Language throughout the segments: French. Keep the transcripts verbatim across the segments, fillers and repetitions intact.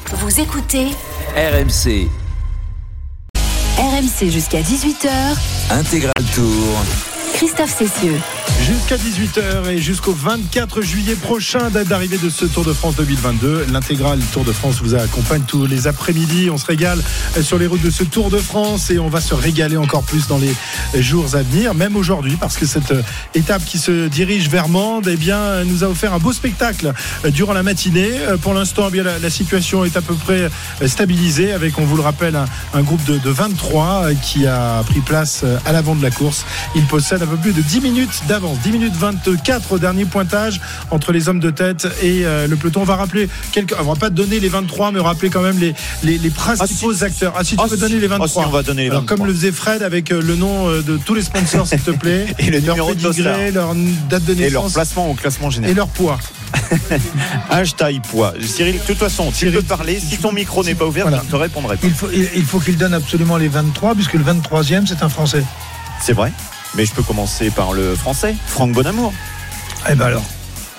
Vous écoutez R M C. R M C jusqu'à dix-huit heures. Intégral Tour. Christophe Cessieux. Jusqu'à dix-huit heures et jusqu'au vingt-quatre juillet prochain, date d'arrivée de ce Tour de France deux mille vingt-deux. L'intégral Tour de France vous accompagne tous les après-midi. On se régale sur les routes de ce Tour de France et on va se régaler encore plus dans les jours à venir, même aujourd'hui, parce que cette étape qui se dirige vers Mende, eh bien, nous a offert un beau spectacle durant la matinée. Pour l'instant, eh bien, la, la situation est à peu près stabilisée avec, on vous le rappelle, un, un groupe de, de vingt-trois qui a pris place à l'avant de la course. Il possède un peu plus de dix minutes d'avance. dix minutes vingt-quatre au dernier pointage entre les hommes de tête et euh, le peloton. On va rappeler quelques. On va pas donner les vingt-trois, mais rappeler quand même les, les, les principaux ah, si. acteurs. Ah, si tu ah, peux si. donner les vingt-trois. Ah, si on va donner les Alors, vingt-trois. comme le faisait Fred avec euh, le nom euh, de tous les sponsors, s'il te plaît. Et le leur numéro de pédigré, leur date de naissance. Et leur placement au classement général. Et leur poids. Hashtag poids. Cyril, de toute façon, tu peux parler. Si ton micro n'est pas ouvert, voilà. Je ne te répondrai pas. Il faut, il, il faut qu'il donne absolument les vingt-trois, puisque le vingt-troisième, c'est un Français. C'est vrai. Mais je peux commencer par le français, Franck Bonamour. Eh ben alors.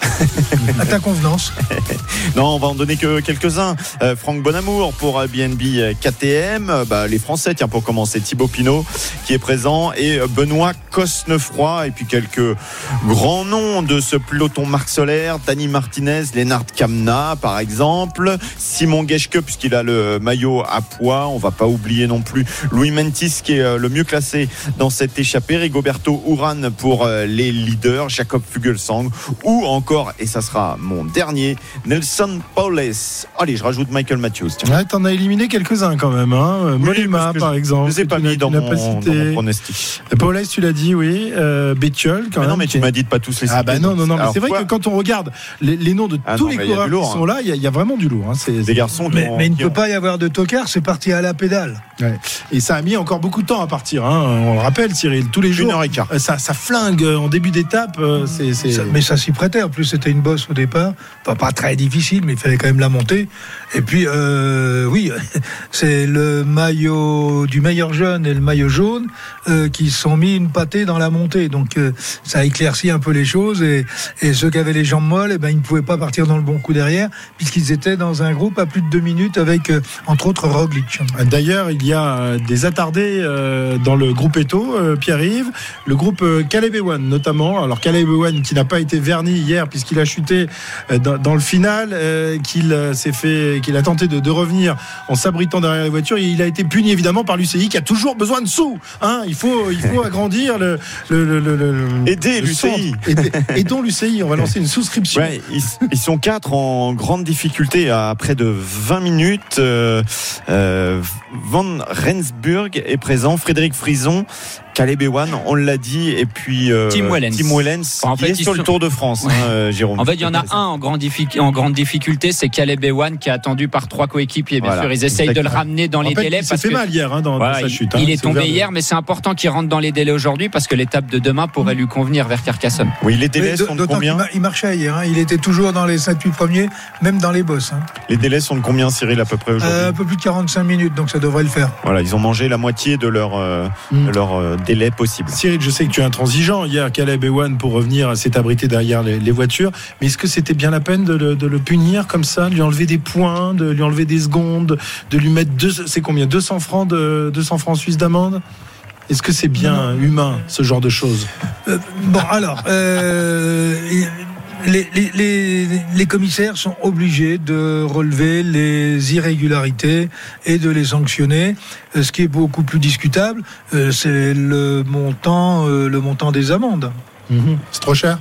À ta convenance. Non, on va en donner que quelques-uns. Euh, Franck Bonamour pour B N B K T M. Bah, les Français, tiens, pour commencer, Thibaut Pinot qui est présent et Benoît Cosnefroy. Et puis quelques grands noms de ce peloton Marc Soler, Dani Martinez, Lennart Kamna, par exemple. Simon Geschke, puisqu'il a le maillot à poids. On va pas oublier non plus Louis Mentis, qui est le mieux classé dans cette échappée. Rigoberto Urán pour les leaders. Jakob Fuglsang ou encore, et ça sera mon dernier, Nelson Powless. Allez, je rajoute Michael Matthews. Tiens. Ouais, t'en as éliminé quelques-uns quand même. Hein. Oui, Molema, par exemple. Je ne les ai pas mis dans mon, dans mon pronostic. Powless, tu l'as dit, oui. Euh, Bétiol, quand mais même. Non, mais tu m'as dit de pas tous les citer. Ah, bah non, non, non. Mais c'est vrai quoi que quand on regarde les, les noms de ah tous non, les coureurs lourd, qui sont hein. là, il y, y a vraiment du lourd. Hein. C'est, des garçons mais, ont, mais il ne peut pas y avoir de tocard, c'est parti à la pédale. Ouais. Et ça a mis encore beaucoup de temps à partir. Hein. On le rappelle, Cyril, tous les jours. Une heure et quart. Ça, ça flingue en début d'étape. C'est, c'est... Ça, mais ça s'y prêtait. En plus, c'était une bosse au départ. Enfin, pas très difficile, mais il fallait quand même la monter. Et puis, euh, oui, c'est le maillot du meilleur jeune et le maillot jaune euh, qui se sont mis une pâtée dans la montée. Donc, euh, ça a éclairci un peu les choses. Et, et ceux qui avaient les jambes molles, eh ben, ils ne pouvaient pas partir dans le bon coup derrière, puisqu'ils étaient dans un groupe à plus de deux minutes avec, euh, entre autres, Roglic. D'ailleurs, il y a des attardés euh, dans le groupe Eto, euh, Pierre-Yves, le groupe euh, Caleb Ewan notamment. Alors, Caleb Ewan qui n'a pas été verni hier puisqu'il a chuté euh, dans, dans le final, euh, qu'il euh, s'est fait, qu'il a tenté de, de revenir en s'abritant derrière les voitures. Et il a été puni évidemment par l'U C I qui a toujours besoin de sous. Hein, il faut, il faut agrandir le, le, le, le, le aider le l'U C I. Aidez, aidons l'U C I. On va lancer une souscription. Ouais, ils, ils sont quatre en grande difficulté à près de vingt minutes. Euh, euh, Van Rensburg est présent, Frédéric Frison, Caleb Ewan, on l'a dit, et puis euh, Tim Wellens. Tim Wellens en fait, qui est sur sont... le Tour de France, ouais. hein, Jérôme. En fait, il y en a un en grande, difficulté, en grande difficulté, c'est Caleb Ewan qui est attendu par trois coéquipiers. Bien voilà, sûr, ils essayent exactement. de le ramener dans les en fait, délais. Il parce s'est fait que, mal hier hein, dans, voilà, dans sa chute. Hein, il est tombé hier, de... mais c'est important qu'il rentre dans les délais aujourd'hui parce que l'étape de demain pourrait lui convenir vers Carcassonne. Oui, les délais sont de combien ? Il marchait hier, hein. Il était toujours dans les sept huit premiers, même dans les bosses. Hein. Les délais sont de combien, Cyril, à peu près aujourd'hui ? euh, Un peu plus de quarante-cinq minutes, donc ça devrait le faire. Voilà, ils ont mangé la moitié de leur, euh, mm. de leur euh, délai possible. Cyril, je sais que tu es intransigeant. Hier, Caleb Ewan, pour revenir, s'est abrité derrière les, les voitures. Mais est-ce que c'était bien la peine de le, de le punir comme ça, de lui enlever des points, de lui enlever des secondes, de lui mettre deux, c'est combien, deux cents francs de deux cents francs suisses d'amende ? Est-ce que c'est bien non. humain, ce genre de choses ? euh, Bon, alors, euh, les, les, les, les commissaires sont obligés de relever les irrégularités et de les sanctionner. Ce qui est beaucoup plus discutable, c'est le montant, le montant des amendes. Mmh. C'est trop cher ?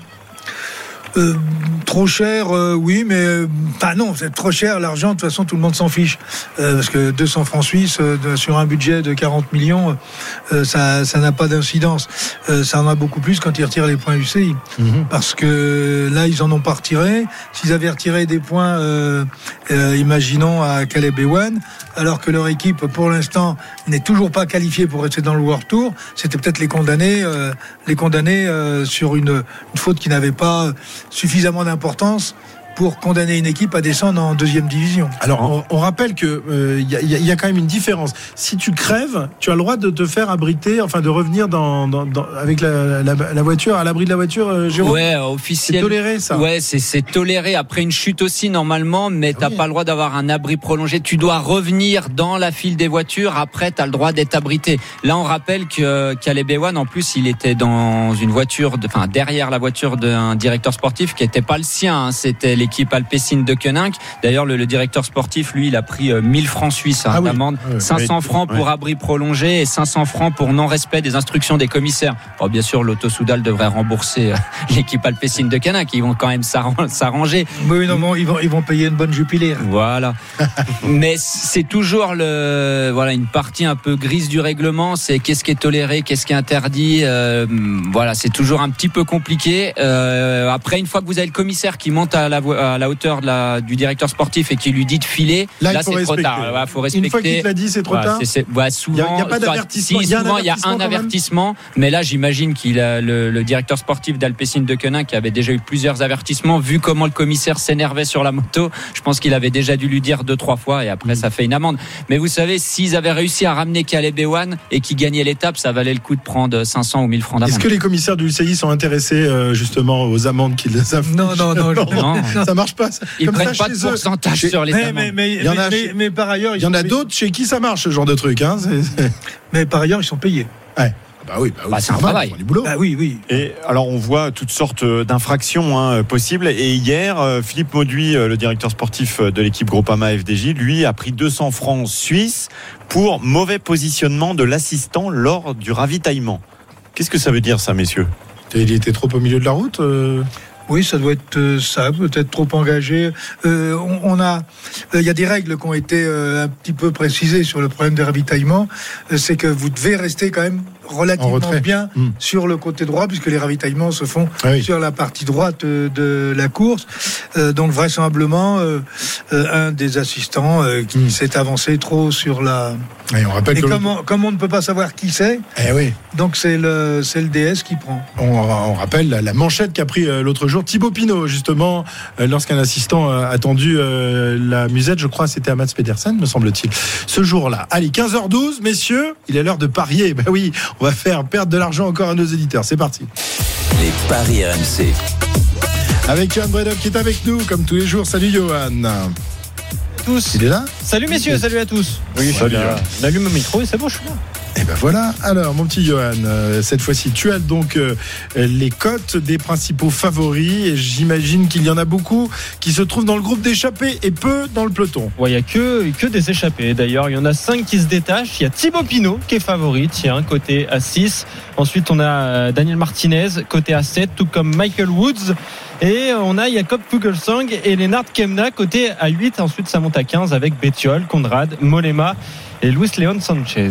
Euh, trop cher, euh, oui, mais enfin non, c'est trop cher. L'argent, de toute façon, tout le monde s'en fiche, euh, parce que deux cents francs suisses euh, de, sur un budget de quarante millions, euh, ça, ça n'a pas d'incidence. Euh, ça en a beaucoup plus quand ils retirent les points U C I, mm-hmm. parce que là, ils en ont pas retiré. S'ils avaient retiré des points, euh, euh, imaginons à Caleb Ewan, alors que leur équipe, pour l'instant, n'est toujours pas qualifiée pour rester dans le World Tour, c'était peut-être les condamner, euh, les condamner euh, sur une, une faute qui n'avait pas suffisamment d'importance pour condamner une équipe à descendre en deuxième division. Alors, on, on rappelle que il euh, y, y, y a quand même une différence. Si tu crèves, tu as le droit de te faire abriter, enfin de revenir dans, dans, dans avec la, la, la voiture, à l'abri de la voiture, euh, Jérôme. Ouais, officiel. C'est toléré, ça. Ouais, c'est, c'est toléré après une chute aussi normalement, mais ah t'as oui. pas le droit d'avoir un abri prolongé. Tu dois revenir dans la file des voitures. Après, t'as le droit d'être abrité. Là, on rappelle que Caleb Ewan, en plus, il était dans une voiture, de, enfin derrière la voiture d'un directeur sportif qui était pas le sien. Hein. C'était l'équipe Alpecin de Koenig. D'ailleurs, le, le directeur sportif, lui, il a pris euh, mille francs suisses hein, ah oui. d'amende, oui. cinq cents francs pour oui. abri prolongé et cinq cents francs pour non-respect des instructions des commissaires. Alors, bien sûr, l'Auto Soudal devrait rembourser euh, l'équipe Alpecin de Koenig. Ils vont quand même s'arranger. Oui, non, bon, ils vont, ils vont payer une bonne Jupiler. Voilà. Mais c'est toujours le, voilà, une partie un peu grise du règlement. C'est qu'est-ce qui est toléré, qu'est-ce qui est interdit. Euh, voilà, c'est toujours un petit peu compliqué. Euh, après, une fois que vous avez le commissaire qui monte à la, à la hauteur de la, du directeur sportif et qui lui dit de filer, là, là c'est trop respecter. tard. Là, faut respecter. Une fois qu'il te l'a dit, c'est trop voilà, tard. c'est, c'est, ouais, souvent, il n'y a, a pas d'avertissement. Si, il y a souvent, un il y a un avertissement. Mais là, j'imagine qu'il a le, le directeur sportif d'Alpecin de Koenig qui avait déjà eu plusieurs avertissements. Vu comment le commissaire s'énervait sur la moto, je pense qu'il avait déjà dû lui dire deux, trois fois et après, mmh. ça fait une amende. Mais vous savez, s'ils avaient réussi à ramener Caleb Ewan et qu'ils gagnaient l'étape, ça valait le coup de prendre cinq cents ou mille francs d'amende. Est-ce que les commissaires du U C I sont intéressés euh, justement aux amendes qu'ils affichent? Non, non, non, non, non. Ça marche pas. Ça. Ils Comme prennent ça, pas de chez eux. pourcentage Chez... sur les mais, amendes. mais, mais, il y en a, mais, chez... mais par ailleurs, il y en a payés. d'autres chez qui ça marche ce genre de truc. Hein. C'est, c'est... Mais par ailleurs, ils sont payés. Ouais. Bah oui, bah oui, bah, c'est, c'est un normal, travail. Du boulot. Bah oui, oui. Et alors on voit toutes sortes d'infractions hein, possibles. Et hier, Philippe Mauduit, le directeur sportif de l'équipe Groupama F D J, lui a pris deux cents francs suisses pour mauvais positionnement de l'assistant lors du ravitaillement. Qu'est-ce que ça veut dire ça, messieurs? Il était trop au milieu de la route euh... Oui, ça doit être euh, ça, peut-être trop engagé. Euh, on, on a, il euh, y a des règles qui ont été euh, un petit peu précisées sur le problème des ravitaillements. Euh, c'est que vous devez rester quand même relativement bien mmh. sur le côté droit, puisque les ravitaillements se font ah oui. sur la partie droite de, de la course. Euh, donc vraisemblablement, euh, euh, un des assistants euh, qui mmh. s'est avancé trop sur la. Et on rappelle Et que comme, on, comme on ne peut pas savoir qui c'est, eh oui. donc c'est le, c'est le D S qui prend. On, on rappelle la, la manchette qu'a pris euh, l'autre jour Thibaut Pinot, justement, euh, lorsqu'un assistant euh, a tendu euh, la musette, je crois que c'était à Mats Pedersen, me semble-t-il, ce jour-là. Allez, quinze heures douze, messieurs, il est l'heure de parier. Ben oui, on va faire perdre de l'argent encore à nos éditeurs. C'est parti. Les paris R M C. Avec Johan Bredov qui est avec nous, comme tous les jours. Salut Johan. Tous. Il est là? Salut messieurs, salut à tous. Oui, salut. On allume le micro et c'est bon, je suis là. Et ben voilà. Alors, mon petit Johan, euh, cette fois-ci, tu as donc euh, les cotes des principaux favoris. Et j'imagine qu'il y en a beaucoup qui se trouvent dans le groupe d'échappés et peu dans le peloton. Ouais, il n'y a que, que des échappés. D'ailleurs, il y en a cinq qui se détachent. Il y a Thibaut Pinot qui est favori, tiens, côté à six. Ensuite, on a Daniel Martinez, côté à sept, tout comme Michael Woods. Et on a Jakob Fuglsang et Lennart Kemna, côté à huit. Ensuite, ça monte à quinze avec Bettiol, Konrad, Mollema et Luis Leon Sanchez.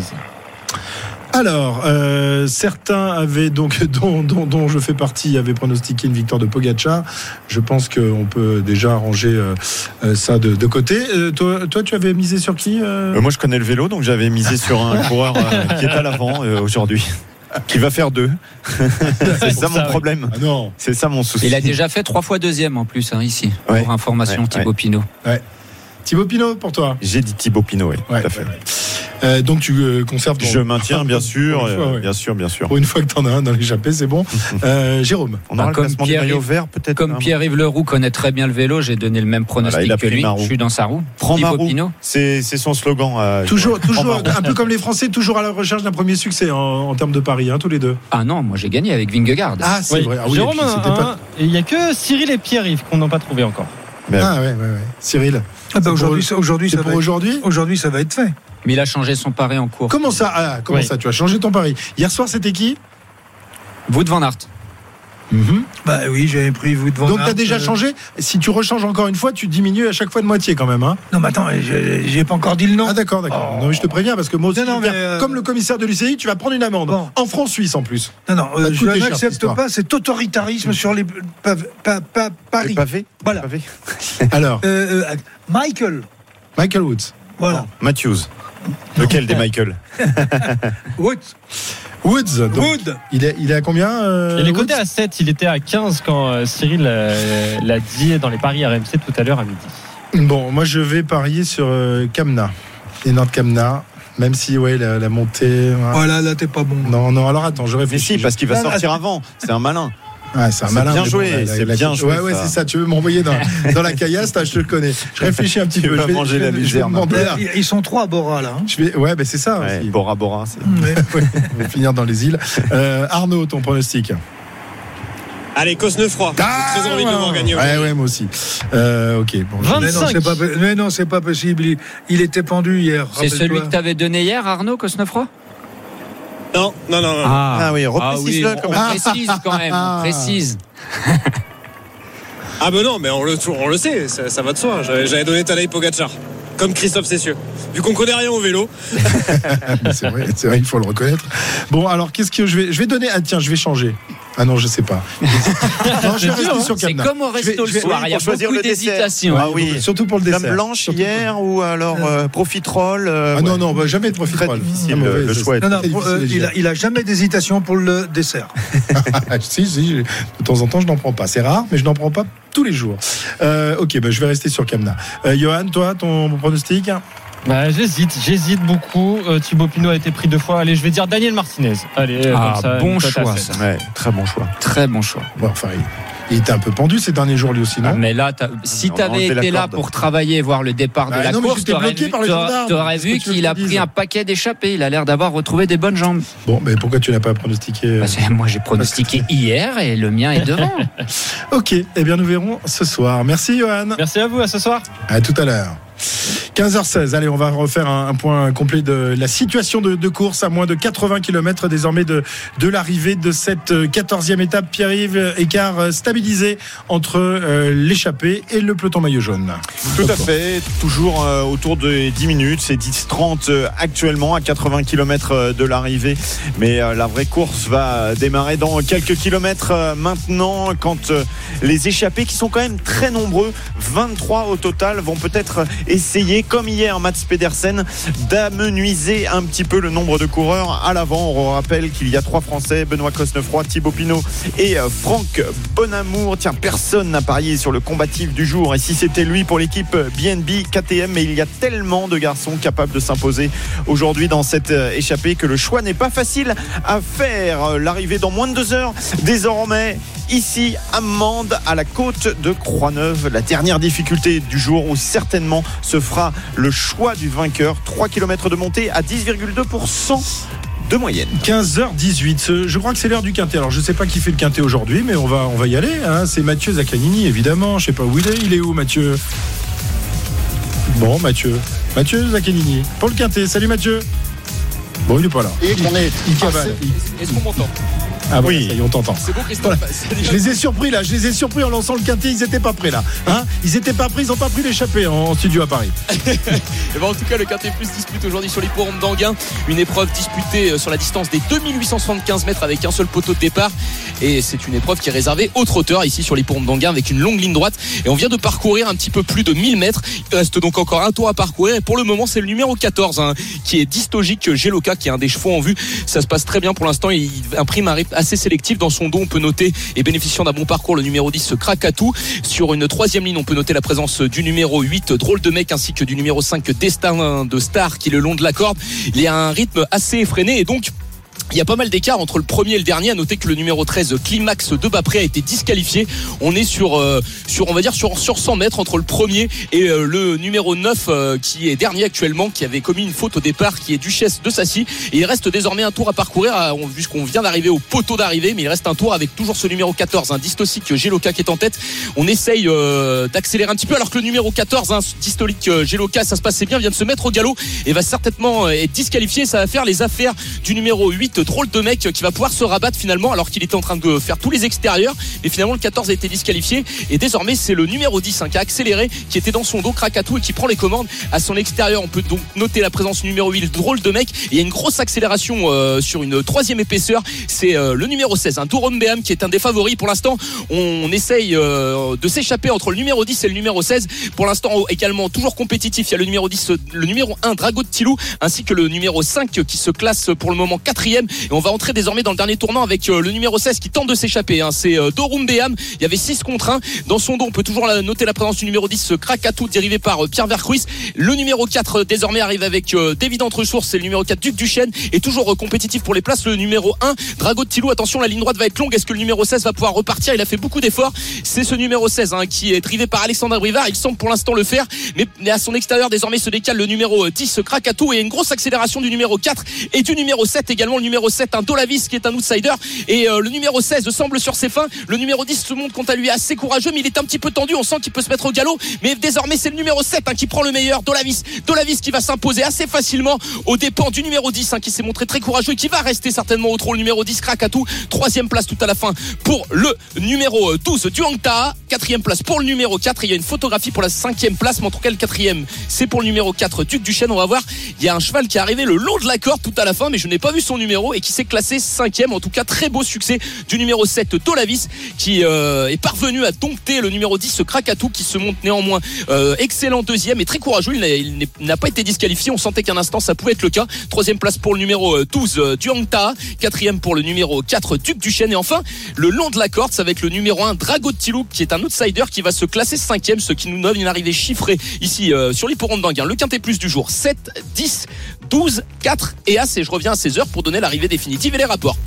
Alors, euh, certains avaient donc, dont, dont, dont je fais partie, avaient pronostiqué une victoire de Pogacar. Je pense qu'on peut déjà ranger euh, ça de, de côté. Euh, toi, toi, tu avais misé sur qui euh euh, Moi, je connais le vélo, donc j'avais misé sur un coureur euh, qui est à l'avant euh, aujourd'hui. Qui va faire deux. C'est ça mon ça, problème. Ah non. C'est ça mon souci. Il a déjà fait trois fois deuxième en plus hein, ici. Ouais. Pour information, ouais, Thibaut ouais. Pinot. Ouais. Thibaut Pinot pour toi. J'ai dit Thibaut Pinot, oui. Ouais, tout à fait. Ouais, ouais. Euh, donc tu euh, conserves ton... Je maintiens bien sûr, fois, euh, ouais. bien sûr, bien sûr. Pour une fois que t'en as un dans l'échappée, c'est bon. Euh, Jérôme. On aura bah, le classement du maillot vert peut-être. Comme hein. Pierre-Yves Leroux connaît très bien le vélo, j'ai donné le même pronostic voilà, que lui. Marou. Je suis dans sa roue. Prends Thibaut Marou. Pinot. C'est, c'est son slogan. Euh, Toujours, toujours Prends un peu comme les Français, toujours à la recherche d'un premier succès en, en termes de paris, hein, tous les deux. Ah non, moi j'ai gagné avec Vingegaard. Ah c'est Oui. vrai. Ah, oui, Jérôme, et puis, c'était un, pas... il n'y a que Cyril et Pierre-Yves qu'on n'a pas trouvé encore. Mais... Ah ouais, ouais, ouais. Cyril. Ah bah aujourd'hui, pour... aujourd'hui, c'est ça pour va aujourd'hui. être... aujourd'hui, ça va être fait. Mais il a changé son pari en cours. Comment ça ah, Comment oui. ça Tu as changé ton pari. Hier soir, c'était qui? Wout van Aert. Mm-hmm. Bah oui, j'avais pris vous devant. Donc tu as déjà euh... changé. Si tu rechanges encore une fois, tu diminues à chaque fois de moitié quand même. Hein non, mais attends, j'ai, j'ai pas encore dit le nom. Ah d'accord, d'accord. Oh. Non, mais je te préviens parce que moi aussi, non, non, mais euh... comme le commissaire de l'U C I, tu vas prendre une amende bon. En francs suisses en plus. Non, non, euh, je n'accepte pas cet autoritarisme mmh. sur les pav- pa- pa- paris. Les pavés. Voilà. Les pavés. Alors, euh, euh, Michael. Michael Woods. Voilà. Oh. Matthews. Lequel des Michael? Woods. Woods. Donc, Wood. il, est, il est à combien euh, Il est Woods coté à sept, il était à quinze quand euh, Cyril euh, l'a dit dans les paris R M C tout à l'heure à midi. Bon, moi je vais parier sur euh, Kamna. Énorme Kamna. Même si, ouais, la, la montée. Ouais. Voilà, là, t'es pas bon. Non, non, alors attends, je Mais réfléchis. si, parce qu'il va Là, là, sortir avant. C'est un malin. Ouais, c'est un C'est malin. bien mais joué, la- c'est la- bien joué, Ouais, ouais, ça. c'est ça. Tu veux m'envoyer dans, dans la caillasse, là, je te le connais. Je réfléchis un petit Tu peu. vas Je vais, manger je vais- la je vais luzerne. demander à- Ils sont trois à Bora, là. hein. Je vais, ouais, ben c'est ça. Ouais, aussi. Bora Bora. C'est... Ouais. Ouais, on va finir dans les îles. Euh, Arnaud, ton pronostic. Allez, Cosnefroy. J'ai très envie de le voir gagner. Ouais, aujourd'hui. ouais, moi aussi. Euh, ok. Bon, je- Mais non, c'est pas, po- mais non, c'est pas possible. Il, il était pendu hier. C'est celui rappelle-toi. que t'avais donné hier, Arnaud Cosnefroy? Non, non, non. non. Ah oui, reprécise-le quand on même. précise quand même, on précise. Ah ben non, mais on le, on le sait, ça, ça va de soi. J'avais, j'avais donné Tadej Pogacar, comme Christophe Cessieux. Vu qu'on connaît rien au vélo. c'est vrai, c'est vrai, il faut le reconnaître. Bon, alors qu'est-ce que je vais, je vais donner. Ah tiens, je vais changer. Ah non, je sais pas. Non, je vais rester sur C'est Kamna. comme au Je vais- resto je le vais- soir, oui, il y a pour choisir beaucoup le dessert. d'hésitation. Ah oui. Surtout pour le dessert. Dame blanche Surtout hier ou alors euh, profiterole. euh, Ah non, ouais. non, bah, jamais de Très profiterole. difficile, Ah, mauvais, le c'est- choix est Non, non, très pour- euh, difficile, il, a, il a jamais d'hésitation pour le dessert. si, si, je- de temps en temps, je n'en prends pas. C'est rare, mais je n'en prends pas tous les jours. Euh, ok, bah, je vais rester sur Kamna. Euh, Johan, toi, ton pronostic? Bah, j'hésite, j'hésite beaucoup. Euh, Thibaut Pinot a été pris deux fois. Allez, je vais dire Daniel Martinez. Allez, Ah, comme ça, bon une cote à choix, sept. ça. Ouais, très bon choix. Très bon choix. Bon, enfin, il, il était un peu pendu ces derniers jours, lui aussi, non? Ah, mais là, t'as- si On va t'avais enlever la été là corde. pour travailler et voir le départ Bah de la non, mais course, j'étais t'aurais bloqué vu, par les t'aurais- gendarmes. t'aurais Qu'est-ce vu que tu veux qu'il que a je te pris dise un paquet d'échappées. Il a l'air d'avoir retrouvé des bonnes jambes. Bon, mais pourquoi tu n'as pas pronostiqué? Bah, c'est- moi, j'ai pronostiqué hier et le mien est devant. Ok, eh bien, nous verrons ce soir. Merci, Johan. Merci à vous, à ce soir. À tout à l'heure. quinze heures seize, allez, on va refaire un, un point complet de la situation de, de course à moins de quatre-vingts kilomètres désormais de, de l'arrivée de cette quatorzième étape. Pierre-Yves, écart stabilisé entre euh, l'échappée et le peloton maillot jaune. Tout à fait, toujours euh, autour de dix minutes, c'est dix trente euh, actuellement à quatre-vingts kilomètres de l'arrivée, mais euh, la vraie course va démarrer dans quelques kilomètres euh, maintenant, quand euh, les échappés, qui sont quand même très nombreux, vingt-trois au total, vont peut-être essayer, comme hier Mats Pedersen, d'amenuiser un petit peu le nombre de coureurs à l'avant. On rappelle qu'il y a trois Français, Benoît Cosnefroy, Thibaut Pinot et euh, Franck Bonamour. Tiens, personne n'a parié sur le combatif du jour, et si c'était lui pour l'équipe B N B K T M, mais il y a tellement de garçons capables de s'imposer aujourd'hui dans cette euh, échappée que le choix n'est pas facile à faire. Euh, L'arrivée dans moins de deux heures désormais ici à Mende, à la côte de Croix-Neuve. La dernière difficulté du jour, où certainement se fera le choix du vainqueur. trois kilomètres de montée à dix virgule deux pour cent de moyenne. quinze heures dix-huit, Ce- je crois que c'est l'heure du quintet. Alors je sais pas qui fait le quintet aujourd'hui, mais on va, on va y aller, hein. C'est Mathieu Zaccanini, évidemment. Je sais pas où il est. Il est où, Mathieu? Bon, Mathieu. Mathieu Zaccanini pour le quintet. Salut, Mathieu. Bon, il est pas là. Et qu'on est Il cavale. Il- Est-ce qu'on m'entend? Ah bon, Oui. ça y est, on t'entend. C'est bon, Christophe. Je les ai surpris là, je les ai surpris en lançant le quintet, ils étaient pas prêts là. Hein, ils étaient pas prêts, ils ont pas pris l'échappée en, en studio à Paris. Et ben en tout cas, le Quintet Plus dispute aujourd'hui sur l'hippodrome d'Anguin. Une épreuve disputée sur la distance des deux mille huit cent soixante-quinze mètres avec un seul poteau de départ. Et c'est une épreuve qui est réservée aux trotteurs ici sur l'hippodrome d'Anguin, avec une longue ligne droite. Et on vient de parcourir un petit peu plus de mille mètres. Il reste donc encore un tour à parcourir. Et pour le moment, c'est le numéro quatorze hein, qui est Distogique Geloka, qui est un des chevaux en vue. Ça se passe très bien pour l'instant. Il imprime un rythme assez sélectif. Dans son dos, on peut noter, et bénéficiant d'un bon parcours, le numéro dix Krakatou. Sur une troisième ligne, on peut noter la présence du numéro huit Drôle de Mec, ainsi que du numéro cinq Destin de Star, qui est le long de la corde. Il y a un rythme assez effréné, et donc il y a pas mal d'écart entre le premier et le dernier. À noter que le numéro treize Climax de Bapré a été disqualifié. On est sur, euh, sur on va dire sur, sur cent mètres entre le premier et euh, le numéro neuf euh, qui est dernier actuellement, qui avait commis une faute au départ, qui est Duchesse de Sassy. Et il reste désormais un tour à parcourir, à, on, vu qu'on vient d'arriver au poteau d'arrivée, mais il reste un tour avec toujours ce numéro quatorze, un Distolique Geloka qui est en tête. On essaye euh, d'accélérer un petit peu, alors que le numéro quatorze, hein, Distolique Geloka, ça se passait bien, vient de se mettre au galop et va certainement être disqualifié. Ça va faire les affaires du numéro huit Drôle de Mec, qui va pouvoir se rabattre finalement, alors qu'il était en train de faire tous les extérieurs, mais finalement le quatorze a été disqualifié, et désormais c'est le numéro dix hein, qui a accéléré, qui était dans son dos, Krakatou, et qui prend les commandes à son extérieur. On peut donc noter la présence du numéro huit Drôle de Mec, et il y a une grosse accélération euh, sur une troisième épaisseur. C'est euh, le numéro seize, un hein, Touron Béam, qui est un des favoris. Pour l'instant, on essaye euh, de s'échapper entre le numéro dix et le numéro seize. Pour l'instant également toujours compétitif, il y a le numéro dix, le numéro un Drago de Tilou, ainsi que le numéro cinq qui se classe pour le moment quatrième, Et on va entrer désormais dans le dernier tournant avec le numéro seize qui tente de s'échapper, hein. C'est Dorum Beham. Il y avait six contre un. Dans son dos, on peut toujours noter la présence du numéro dix, Krakatou, dérivé par Pierre Vercruis. Le numéro quatre désormais arrive avec David Entresource. C'est le numéro quatre, Duc Duchesne. Et toujours compétitif pour les places, le numéro un, Drago de Tilou. Attention, la ligne droite va être longue. Est-ce que le numéro seize va pouvoir repartir? Il a fait beaucoup d'efforts. C'est ce numéro seize, hein, qui est drivé par Alexandre Brivard. Il semble pour l'instant le faire, mais à son extérieur désormais se décale le numéro dix, Krakatou, et une grosse accélération du numéro quatre et du numéro sept également. Le numéro sept, un Dolavis qui est un outsider, et euh, le numéro seize semble sur ses fins. Le numéro dix se montre quant à lui assez courageux, mais il est un petit peu tendu. On sent qu'il peut se mettre au galop, mais désormais c'est le numéro sept, hein, qui prend le meilleur. Dolavis, Dolavis qui va s'imposer assez facilement aux dépens du numéro dix, hein, qui s'est montré très courageux et qui va rester certainement au trot. Le numéro dix, Krakatou, troisième place tout à la fin pour le numéro douze, Duong Ta. Quatrième place pour le numéro quatre. Il y a une photographie pour la cinquième place, mais en tout cas le quatrième, c'est pour le numéro quatre, Duc Duchesne. On va voir, il y a un cheval qui est arrivé le long de la corde tout à la fin, mais je n'ai pas vu son numéro, et qui s'est classé cinquième. En tout cas, très beau succès du numéro sept, Dolavis, qui euh, est parvenu à dompter le numéro dix, Krakatou, qui se monte néanmoins euh, excellent deuxième et très courageux. Il n'a, il n'a pas été disqualifié. On sentait qu'un instant ça pouvait être le cas. Troisième place pour le numéro douze, Duong Ta. Quatrième pour le numéro quatre, Duc Duchesne. Et enfin, le long de la corde, c'est avec le numéro un, Drago de Tilou, qui est un outsider, qui va se classer cinquième, ce qui nous donne une arrivée chiffrée ici euh, sur l'hippodrome d'Anguin. Le quintet plus du jour, sept, dix, douze, quatre et As. Et je reviens à seize heures pour donner l'arrivée définitive et les rapports.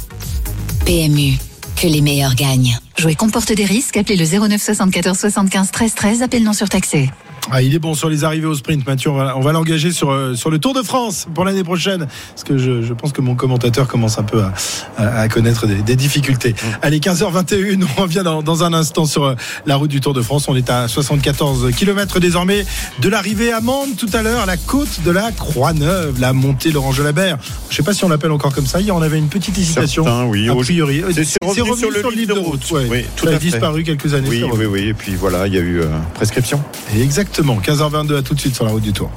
P M U, que les meilleurs gagnent. Jouer comporte des risques. Appelez le zéro neuf soixante-quatorze soixante-quinze treize treize. Appel non surtaxé. Ah, il est bon sur les arrivées au sprint, Mathieu. On va, on va l'engager sur, euh, sur le Tour de France pour l'année prochaine. Parce que je, je pense que mon commentateur commence un peu à, à, à connaître des, des difficultés. Mmh. Allez, quinze heures vingt et une, on revient dans, dans un instant sur euh, la route du Tour de France. On est à soixante-quatorze kilomètres désormais de l'arrivée à Mende tout à l'heure, à la côte de la Croix-Neuve, la montée Laurent Jalabert. Je ne sais pas si on l'appelle encore comme ça. Hier, on avait une petite hésitation. Certains, oui. A priori. C'est, c'est revenu, revenu sur le, sur le livre de route. route. Ouais. Oui, tout ça a disparu quelques années. Oui, oui, oui. Et puis voilà, il y a eu euh, prescription. Et exactement. quinze heures vingt-deux, à tout de suite sur la route du Tour.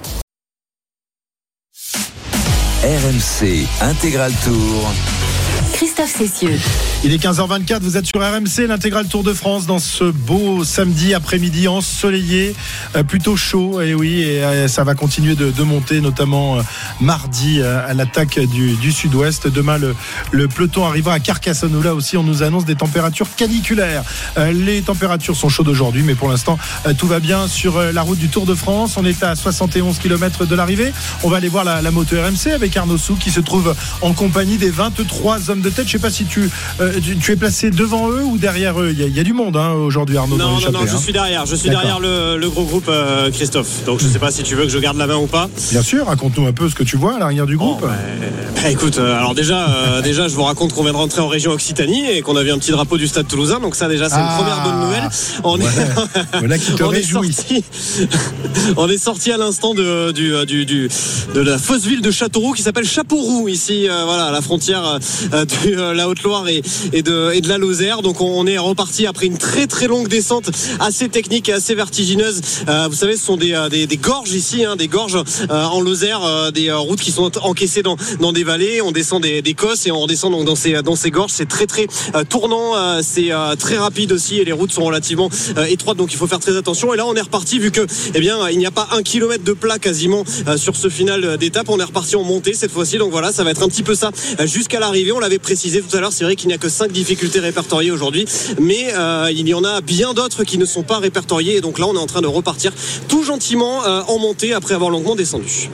R M C Intégral Tour. Christophe Cessieux. Il est quinze heures vingt-quatre, vous êtes sur R M C, l'intégral Tour de France dans ce beau samedi après-midi ensoleillé, euh, plutôt chaud, et oui, et euh, ça va continuer de, de monter, notamment euh, mardi euh, à l'attaque du, du sud-ouest. Demain, le, le peloton arrivera à Carcassonne, où là aussi on nous annonce des températures caniculaires. Euh, les températures sont chaudes aujourd'hui, mais pour l'instant, euh, tout va bien sur euh, la route du Tour de France. On est à soixante et onze kilomètres de l'arrivée. On va aller voir la, la moto R M C avec Arnaud Souk, qui se trouve en compagnie des vingt-trois hommes de tête. Je sais pas si tu, euh, tu, tu es placé devant eux ou derrière eux. Il y a, il y a du monde, hein, aujourd'hui, Arnaud. Non, dans non, non, hein. je suis derrière. Je suis D'accord. derrière le, le gros groupe, euh, Christophe. Donc je sais pas si tu veux que je garde la main ou pas. Bien sûr, raconte-nous un peu ce que tu vois à l'arrière du groupe. Bon, bah, bah, écoute, euh, alors déjà, euh, déjà, je vous raconte qu'on vient de rentrer en région Occitanie et qu'on a vu un petit drapeau du Stade Toulousain. Donc ça, déjà, c'est ah, une première bonne nouvelle. On ouais. est, voilà qui te on réjouit. Est sorti, on est sorti à l'instant de, du, du, du, de la fausse ville de Châteauroux qui s'appelle Chapauroux ici, euh, voilà, à la frontière euh, de euh, la Haute-Loire et, et, de, et de la Lozère. Donc on est reparti après une très très longue descente assez technique et assez vertigineuse. Euh, vous savez, ce sont des, des, des gorges ici, hein, des gorges euh, en Lozère, euh, des euh, routes qui sont encaissées dans, dans des vallées. On descend des, des cosses et on redescend donc dans ces, dans ces gorges. C'est très très euh, tournant, euh, c'est euh, très rapide aussi et les routes sont relativement euh, étroites, donc il faut faire très attention. Et là on est reparti, vu que eh bien il n'y a pas un kilomètre de plat quasiment euh, sur ce final d'étape. On est reparti en montée cette fois-ci, donc voilà, ça va être un petit peu ça euh, jusqu'à l'arrivée. On l'avait précisé tout à l'heure, c'est vrai qu'il n'y a que cinq difficultés répertoriées aujourd'hui, mais euh, il y en a bien d'autres qui ne sont pas répertoriées, et donc là on est en train de repartir tout gentiment euh, en montée après avoir longuement descendu.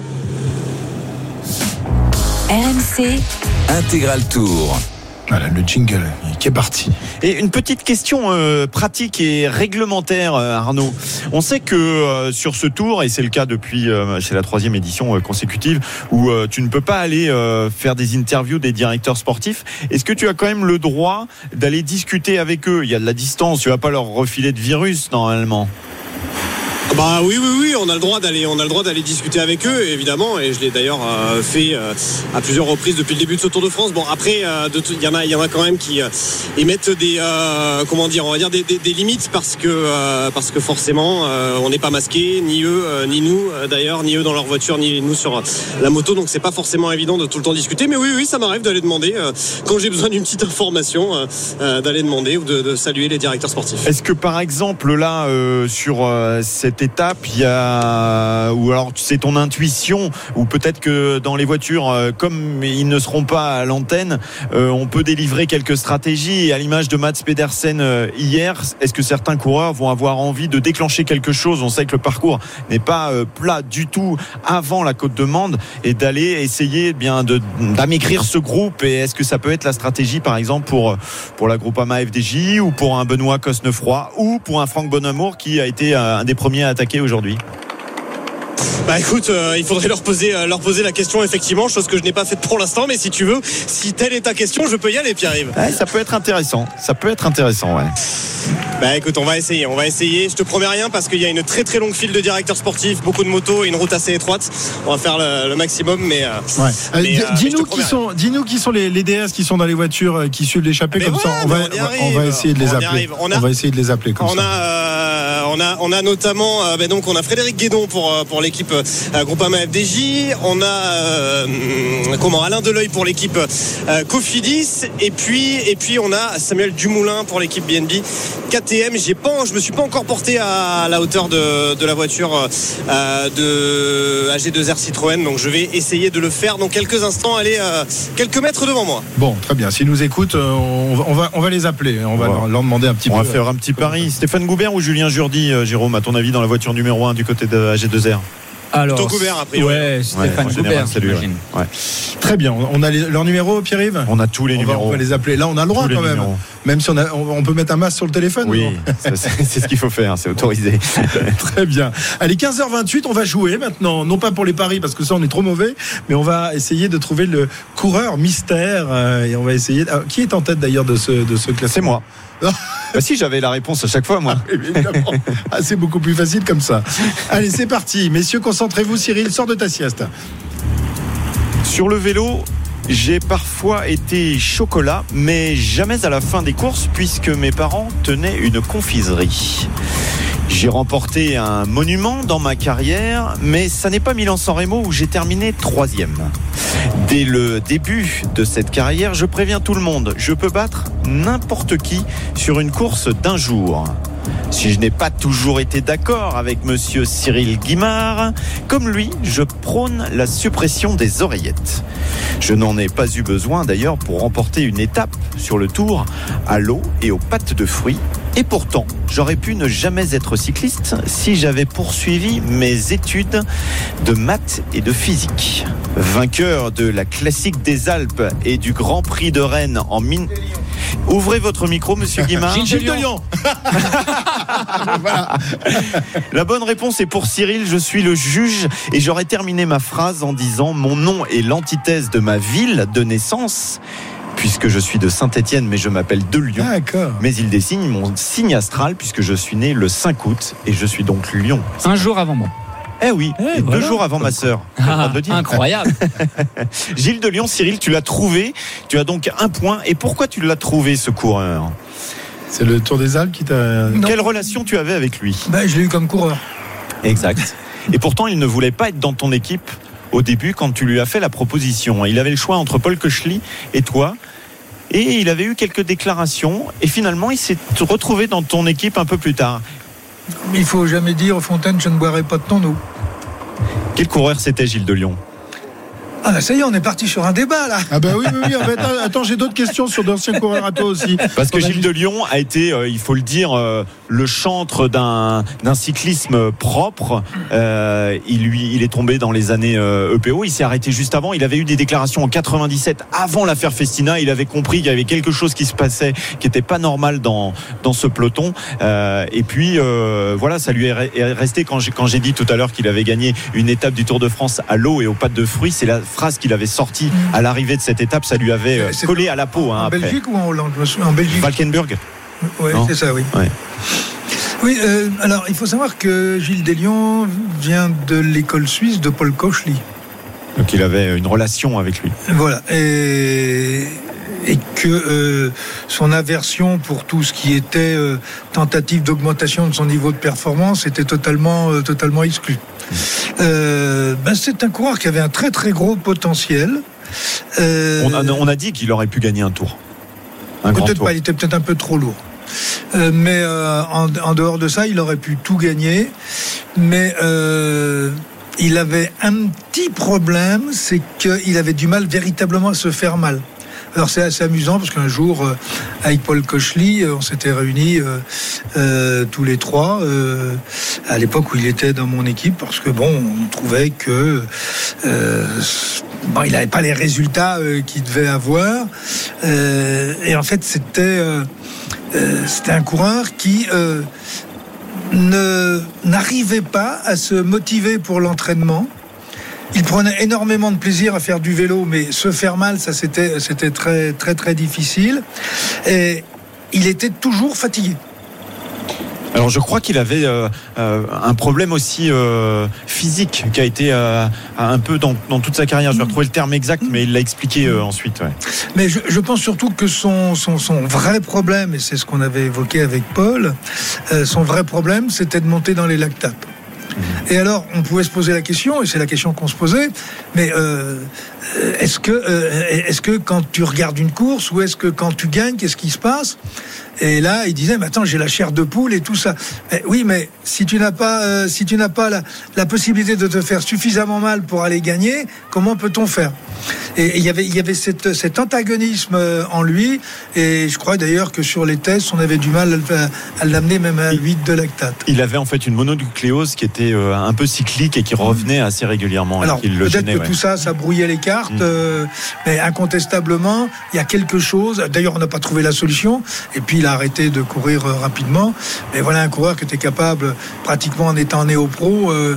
R M C Intégral Tour. Voilà le jingle qui est parti. Et une petite question euh, pratique et réglementaire, euh, Arnaud. On sait que euh, sur ce tour, et c'est le cas depuis, euh, c'est la troisième édition euh, consécutive, où euh, tu ne peux pas aller euh, faire des interviews des directeurs sportifs. Est-ce que tu as quand même le droit d'aller discuter avec eux? Il y a de la distance, tu vas pas leur refiler de virus normalement. Bah oui oui oui, on a le droit d'aller on a le droit d'aller discuter avec eux évidemment, et je l'ai d'ailleurs euh, fait euh, à plusieurs reprises depuis le début de ce Tour de France. Bon après euh, il y en a il y en a quand même qui euh, émettent des euh, comment dire, on va dire des, des, des limites parce que euh, parce que forcément euh, on n'est pas masqué, ni eux euh, ni nous euh, d'ailleurs, ni eux dans leur voiture ni nous sur la moto, donc c'est pas forcément évident de tout le temps discuter. Mais oui oui, ça m'arrive d'aller demander euh, quand j'ai besoin d'une petite information euh, euh, d'aller demander ou de, de saluer les directeurs sportifs. Est-ce que par exemple là euh, sur euh, cette cette étape, il y a, ou alors c'est ton intuition, ou peut-être que dans les voitures, euh, comme ils ne seront pas à l'antenne, euh, on peut délivrer quelques stratégies. Et à l'image de Mats Pedersen euh, hier, est-ce que certains coureurs vont avoir envie de déclencher quelque chose? On sait que le parcours n'est pas euh, plat du tout avant la Côte de Mende, et d'aller essayer eh bien de, d'amaigrir ce groupe. Et est-ce que ça peut être la stratégie, par exemple, pour, pour la Groupama F D J, ou pour un Benoît Cosnefroy, ou pour un Franck Bonamour qui a été un des premiers à attaquer aujourd'hui? Bah écoute, euh, il faudrait leur poser, euh, leur poser la question, effectivement, chose que je n'ai pas faite pour l'instant, mais si tu veux, si telle est ta question, je peux y aller, Pierre-Yves. Ouais, ça peut être intéressant, ça peut être intéressant, ouais. Bah écoute, on va essayer, on va essayer. Je te promets rien parce qu'il y a une très très longue file de directeurs sportifs, beaucoup de motos et une route assez étroite. On va faire le, le maximum, mais. Euh, ouais. mais euh, euh, dis-nous qui sont, dis-nous qui sont les, les D S qui sont dans les voitures euh, qui suivent l'échappée, comme ouais, ça. On va, on, arrive, on va essayer de les on appeler. On, a, on va essayer de les appeler comme on ça. A, euh, on a, on a notamment, euh, ben donc on a Frédéric Guédon pour pour l'équipe euh, Groupama F D J. On a euh, comment Alain Deleuil pour l'équipe euh, Cofidis, et puis et puis on a Samuel Dumoulin pour l'équipe B N B K T M. J'ai pas, je me suis pas encore porté à la hauteur de, de la voiture euh, de A G deux R Citroën, donc je vais essayer de le faire dans quelques instants, aller euh, quelques mètres devant moi. Bon, très bien. S'ils nous écoutent, on va, on va, on va les appeler. On va wow. leur, leur demander un petit on peu. On va faire un petit pari. Stéphane Goubert ou Julien Jourdi, euh, Jérôme, à ton avis, dans la voiture numéro un du côté de A G deux R? Alors, Goubert, a priori. Ouais, Stéphane ouais, Goubert, salut. Ouais. Ouais. Très bien. On a les, leur numéro, Pierre-Yves? On a tous les on numéros. Va, on va les appeler. Là, on a le droit tous quand même. Numéros. Même si on, a, on, on peut mettre un masque sur le téléphone. Oui, c'est, c'est ce qu'il faut faire. C'est autorisé. Très bien. Allez, quinze heures vingt-huit, on va jouer maintenant. Non pas pour les paris, parce que ça, on est trop mauvais, mais on va essayer de trouver le coureur mystère. Euh, et on va essayer. Ah, qui est en tête d'ailleurs de ce, de ce classement? C'est moi. Bah si, j'avais la réponse à chaque fois, moi. Ah, évidemment. Ah, c'est beaucoup plus facile comme ça. Allez, c'est parti. Messieurs, concentrez-vous. Cyril, sors de ta sieste. Sur le vélo, j'ai parfois été chocolat, mais jamais à la fin des courses, puisque mes parents tenaient une confiserie. J'ai remporté un monument dans ma carrière, mais ça n'est pas Milan-San Remo où j'ai terminé troisième. Dès le début de cette carrière, je préviens tout le monde, je peux battre n'importe qui sur une course d'un jour. Si je n'ai pas toujours été d'accord avec monsieur Cyril Guimard, comme lui, je prône la suppression des oreillettes. Je n'en ai pas eu besoin d'ailleurs pour remporter une étape sur le Tour à l'eau et aux pâtes de fruits. Et pourtant, j'aurais pu ne jamais être cycliste si j'avais poursuivi mes études de maths et de physique. Vainqueur de la Classique des Alpes et du Grand Prix de Rennes en mine... Ouvrez votre micro, monsieur Guimard. Gilles, Gilles de Lyon. Voilà. La bonne réponse est pour Cyril. Je suis le juge et j'aurais terminé ma phrase en disant: mon nom est l'antithèse de ma ville de naissance, puisque je suis de Saint-Étienne, mais je m'appelle de Lyon. D'accord. Mais il désigne mon signe astral, puisque je suis né le cinq août et je suis donc Lion. Un jour avant moi. Eh oui, eh, et voilà. deux jours avant ma sœur. Ah, incroyable. Gilles de Lyon, Cyril, tu l'as trouvé. Tu as donc un point. Et pourquoi tu l'as trouvé, ce coureur? C'est le Tour des Alpes qui t'a... Non. Quelle relation tu avais avec lui? Ben, je l'ai eu comme coureur. Exact. Et pourtant, il ne voulait pas être dans ton équipe au début quand tu lui as fait la proposition. Il avait le choix entre Paul Koechli et toi. Et il avait eu quelques déclarations. Et finalement, il s'est retrouvé dans ton équipe un peu plus tard. Il faut jamais dire, Fontaine, je ne boirai pas de ton eau. Quel coureur c'était, Gilles de Lyon? Ah bah ça y est, on est parti sur un débat là. Ah bah oui, oui, oui. En fait, attends, j'ai d'autres questions sur d'anciens coureurs à toi aussi. Parce que Gilles de Lyon a été, euh, il faut le dire, euh, le chantre d'un, d'un cyclisme propre. Euh, il, lui, il est tombé dans les années euh, E P O. Il s'est arrêté juste avant. Il avait eu des déclarations en quatre-vingt-dix-sept, avant l'affaire Festina. Il avait compris qu'il y avait quelque chose qui se passait, qui n'était pas normal dans dans ce peloton. Euh, et puis euh, voilà, ça lui est resté quand j'ai, quand j'ai dit tout à l'heure qu'il avait gagné une étape du Tour de France à l'eau et aux pâtes de fruits. C'est la phrase qu'il avait sortie à l'arrivée de cette étape. Ça lui avait euh, collé à la peau. Hein, en après. Belgique ou en Hollande? Je me souviens, en Belgique. Valkenburg. Oui, c'est ça, oui. Ouais. Oui, euh, alors il faut savoir que Gilles Deslions vient de l'école suisse de Paul Koechli. Donc il avait une relation avec lui. Voilà. Et, et que euh, son aversion pour tout ce qui était euh, tentative d'augmentation de son niveau de performance était totalement, euh, totalement exclu. Euh, ben c'est un coureur qui avait un très très gros potentiel. Euh, on, a, on a dit qu'il aurait pu gagner un tour. Un peut-être grand tour. pas, il était peut-être un peu trop lourd. Euh, mais euh, en, en dehors de ça, il aurait pu tout gagner. Mais euh, il avait un petit problème, c'est qu'il avait du mal véritablement à se faire mal. Alors c'est assez amusant parce qu'un jour, euh, avec Paul Koechli, euh, on s'était réunis euh, euh, tous les trois euh, à l'époque où il était dans mon équipe, parce que bon, on trouvait que euh, bon, il n'avait pas les résultats euh, qu'il devait avoir. Euh, et en fait, c'était euh, euh, c'était un coureur qui euh, ne n'arrivait pas à se motiver pour l'entraînement. Il prenait énormément de plaisir à faire du vélo, mais se faire mal, ça c'était, c'était très, très, très difficile. Et il était toujours fatigué. Alors je crois qu'il avait euh, euh, un problème aussi euh, physique qui a été euh, un peu dans, dans toute sa carrière. Je vais retrouver le terme exact, mais il l'a expliqué euh, ensuite. Ouais. Mais je, je pense surtout que son, son, son vrai problème, et c'est ce qu'on avait évoqué avec Paul, euh, son vrai problème, c'était de monter dans les lactates. Et alors, on pouvait se poser la question, et c'est la question qu'on se posait, mais euh, est-ce que, euh, est-ce que quand tu regardes une course, ou est-ce que quand tu gagnes, qu'est-ce qui se passe ? Et là, il disait, mais attends, j'ai la chair de poule et tout ça. Mais oui, mais si tu n'as pas, euh, si tu n'as pas la, la possibilité de te faire suffisamment mal pour aller gagner, comment peut-on faire ? Et il y avait, il y avait cette, cet antagonisme en lui, et je crois d'ailleurs que sur les tests, on avait du mal à, à l'amener même à huit de lactate. Il avait en fait une mononucléose qui était euh, un peu cyclique et qui revenait assez régulièrement. Alors, et le peut-être gênait, que ouais. tout ça, ça brouillait les cartes, mmh. euh, mais incontestablement, il y a quelque chose. D'ailleurs, on n'a pas trouvé la solution, et puis il a arrêté de courir euh, rapidement. Mais voilà un coureur qui était capable, pratiquement en étant néo-pro, euh,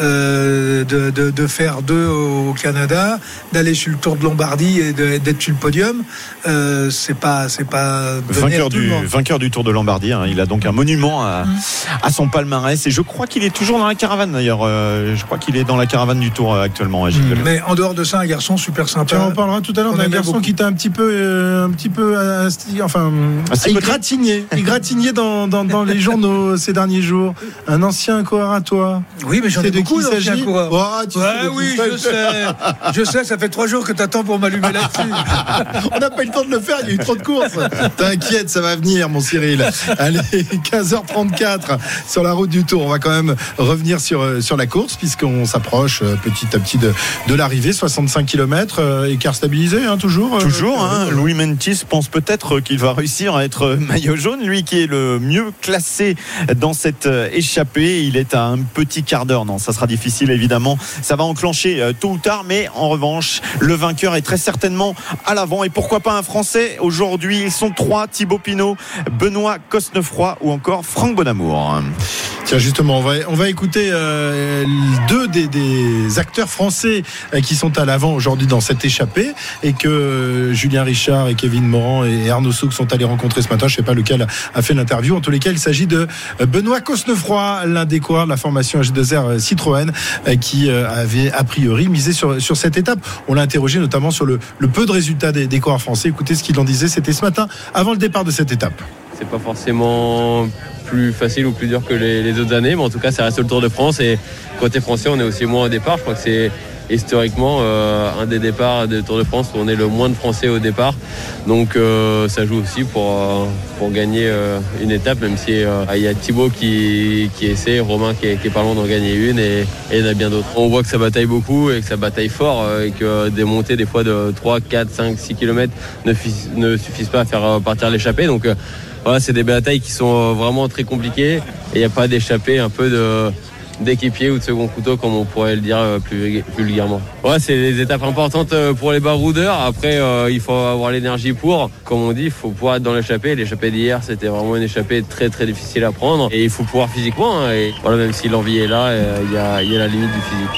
euh, de, de, de faire deux au Canada, d'aller sur le Tour de Lombardie et de, d'être sur le podium. Euh, c'est pas, c'est pas vainqueur du vainqueur du Tour de Lombardie. Hein. Il a donc un monument à, mmh. à son palmarès, et je crois qu'il est toujours dans la caravane d'ailleurs. Euh, je crois qu'il est dans la caravane du Tour euh, actuellement. Mmh. Mais en dehors de ça, un garçon super sympa. Tu en parleras tout à l'heure d'un garçon beaucoup. qui t'a un petit peu, euh, un petit peu, euh, enfin, ah, il gratignait, il gratignait dans, dans, dans les journaux ces derniers jours. Un ancien coureur à toi. Oui, mais j'en ai beaucoup d'anciens coureurs. Oh, tu ouais, oui, je sais. Je sais, ça fait trois jours que t'attends pour m'allumer là-dessus. On n'a pas eu le temps de le faire, il y a eu trop de courses. T'inquiète, ça va venir, mon Cyril. Allez, quinze heures trente-quatre sur la route du Tour. On va quand même revenir sur, sur la course, puisqu'on s'approche petit à petit de, de l'arrivée. soixante-cinq kilomètres, euh, écart stabilisé, hein, toujours. Toujours, euh, hein. Louis Meintjes pense peut-être qu'il va réussir à être maillot jaune, lui qui est le mieux classé dans cette échappée. Il est à un petit quart d'heure. Non, ça sera difficile, évidemment. Ça va enclencher tôt ou tard, mais en revanche, le vainqueur est très certainement à l'avant. Et pourquoi pas un Français aujourd'hui? Ils sont trois: Thibaut Pinot, Benoît Cosnefroy ou encore Franck Bonamour. Tiens, justement, on va, on va écouter euh, deux des, des acteurs français euh, qui sont à l'avant aujourd'hui dans cette échappée, et que euh, Julien Richard et Kevin Morand et Arnaud Souk sont allés rencontrer ce matin. Je ne sais pas lequel a fait l'interview. En tous les cas, il s'agit de Benoît Cosnefroy, l'un des coureurs de la formation G deux R Citroën, euh, qui euh, avait a priori misé sur, sur cette étape. On l'a interrogé notamment sur le, le peu de résultats des, des coureurs français. Écoutez ce qu'il en disait, c'était ce matin avant le départ de cette étape. C'est pas forcément plus facile ou plus dur que les, les autres années, mais en tout cas ça reste le Tour de France, et côté français on est aussi moins au départ. Je crois que c'est historiquement euh, un des départs des Tour de France où on est le moins de Français au départ, donc euh, ça joue aussi pour, euh, pour gagner euh, une étape, même si euh, il y a Thibaut qui, qui essaie, Romain qui est, qui est pas loin d'en gagner une, et, et il y en a bien d'autres. On voit que ça bataille beaucoup et que ça bataille fort, euh, et que des montées des fois de trois, quatre, cinq, six kilomètres ne, ne suffisent pas à faire partir l'échappée, donc euh, voilà, c'est des batailles qui sont vraiment très compliquées, et il n'y a pas d'échappée un peu de, d'équipier ou de second couteau, comme on pourrait le dire plus vulgairement. Ouais, c'est des étapes importantes pour les baroudeurs. Après, euh, il faut avoir l'énergie pour. Comme on dit, il faut pouvoir être dans l'échappée. L'échappée d'hier, c'était vraiment une échappée très très difficile à prendre, et il faut pouvoir physiquement. Hein, et voilà, même si l'envie est là, il y a, il y a la limite du physique.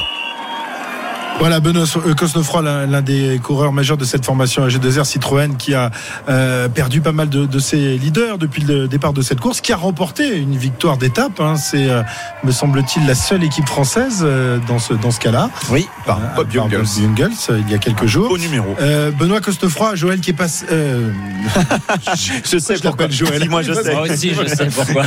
Voilà, Benoît Cosnefroy, l'un des coureurs majeurs de cette formation G deux R Citroën, qui a euh, perdu pas mal de, de ses leaders depuis le départ de cette course, qui a remporté une victoire d'étape. Hein. C'est, euh, me semble-t-il, la seule équipe française euh, dans ce dans ce cas-là. Oui, par euh, Bob Jungels. Jungels, euh, il y a quelques jours. Au numéro. Euh, Benoît Cosnefroy, Joël qui est passé. Euh... je, je sais je pourquoi. Joël. Moi, je sais. Moi aussi, je sais pourquoi.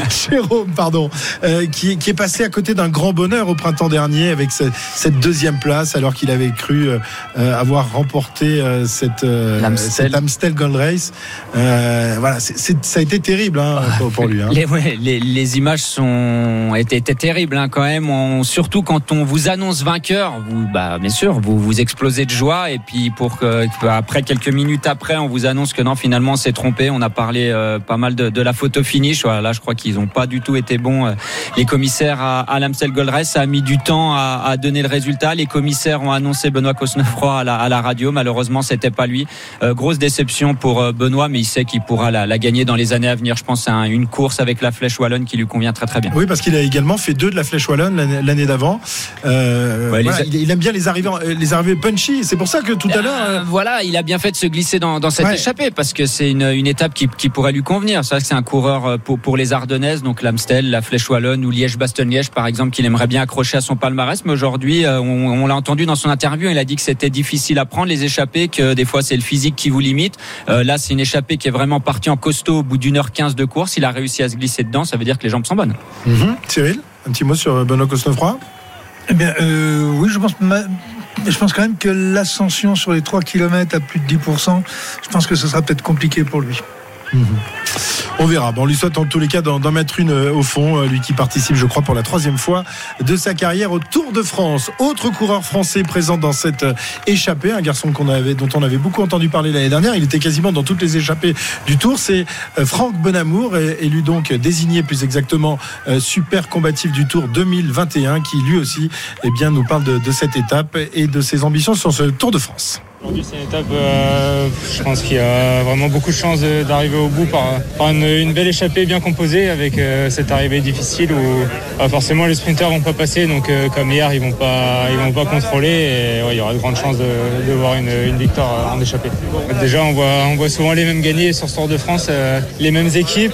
Jérôme, pardon, euh, qui, qui est passé à côté d'un grand bonheur au printemps dernier avec ce, cette deuxième place. place alors qu'il avait cru euh, avoir remporté euh, cette, euh, cette Amstel Gold Race. Euh, voilà, c'est, c'est, ça a été terrible hein, pour, pour lui. Hein. Les, ouais, les, les images sont étaient, étaient terribles hein, quand même. On, surtout quand on vous annonce vainqueur, vous, bah bien sûr, vous vous explosez de joie et puis pour que après quelques minutes après, on vous annonce que non, finalement, on s'est trompé. On a parlé euh, pas mal de, de la photo finish. Voilà, là, je crois qu'ils n'ont pas du tout été bons. Euh, les commissaires à, à l'Amstel Gold Race, ça a mis du temps à, à donner le résultat. Les commissaires ont annoncé Benoît Cosnefroy à la, à la radio. Malheureusement, c'était pas lui. Euh, grosse déception pour euh, Benoît, mais il sait qu'il pourra la, la gagner dans les années à venir. Je pense à un, une course avec la Flèche Wallonne qui lui convient très très bien. Oui, parce qu'il a également fait deux de la Flèche Wallonne l'année, l'année d'avant. Euh, ouais, voilà, les... il, il aime bien les arrivées, les arrivées punchy. C'est pour ça que tout à l'heure, euh, voilà, il a bien fait de se glisser dans, dans cette ouais. échappée parce que c'est une, une étape qui, qui pourrait lui convenir. C'est vrai que c'est un coureur pour, pour les Ardennaises, donc l'Amstel, la Flèche Wallonne ou Liège-Bastogne-Liège par exemple, qu'il aimerait bien accrocher à son palmarès. Mais aujourd'hui, on, on l'a entendu dans son interview, il a dit que c'était difficile à prendre les échappées, que des fois c'est le physique qui vous limite. Euh, là, c'est une échappée qui est vraiment partie en costaud au bout d'une heure quinze de course. Il a réussi à se glisser dedans, ça veut dire que les jambes sont bonnes. Mmh. Cyril, un petit mot sur Benoît Cosnefroy. Eh bien, euh, oui, je pense. Ma... Je pense quand même que l'ascension sur les trois kilomètres à plus de dix pour cent, je pense que ce sera peut-être compliqué pour lui. Mmh. On verra. Bon, on lui souhaite en tous les cas d'en, d'en mettre une au fond. Lui qui participe, je crois, pour la troisième fois de sa carrière au Tour de France. Autre coureur français présent dans cette échappée, un garçon qu'on avait, dont on avait beaucoup entendu parler l'année dernière. Il était quasiment dans toutes les échappées du Tour. C'est Franck Bonamour, élu donc désigné plus exactement super combatif du Tour deux mille vingt et un, qui lui aussi, eh bien, nous parle de, de cette étape et de ses ambitions sur ce Tour de France. Aujourd'hui, c'est une étape, euh, je pense qu'il y a vraiment beaucoup de chances de, d'arriver au bout par, par une, une belle échappée bien composée avec euh, cette arrivée difficile où euh, forcément les sprinteurs vont pas passer, donc euh, comme hier, ils vont pas, ils vont pas contrôler et ouais, il y aura de grandes chances de, de voir une, une victoire en échappée. Déjà, on voit, on voit souvent les mêmes gagner sur ce Tour de France, euh, les mêmes équipes,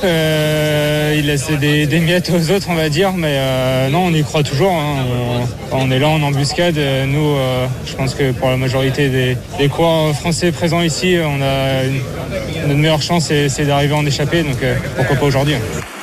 euh, ils laissent des, des miettes aux autres, on va dire, mais euh, non, on y croit toujours. Hein. On, on est là en embuscade. Nous, euh, je pense que pour la majorité des Les coureurs français présents ici, on a une, notre meilleure chance, c'est, c'est d'arriver en échappée, donc euh, pourquoi pas aujourd'hui.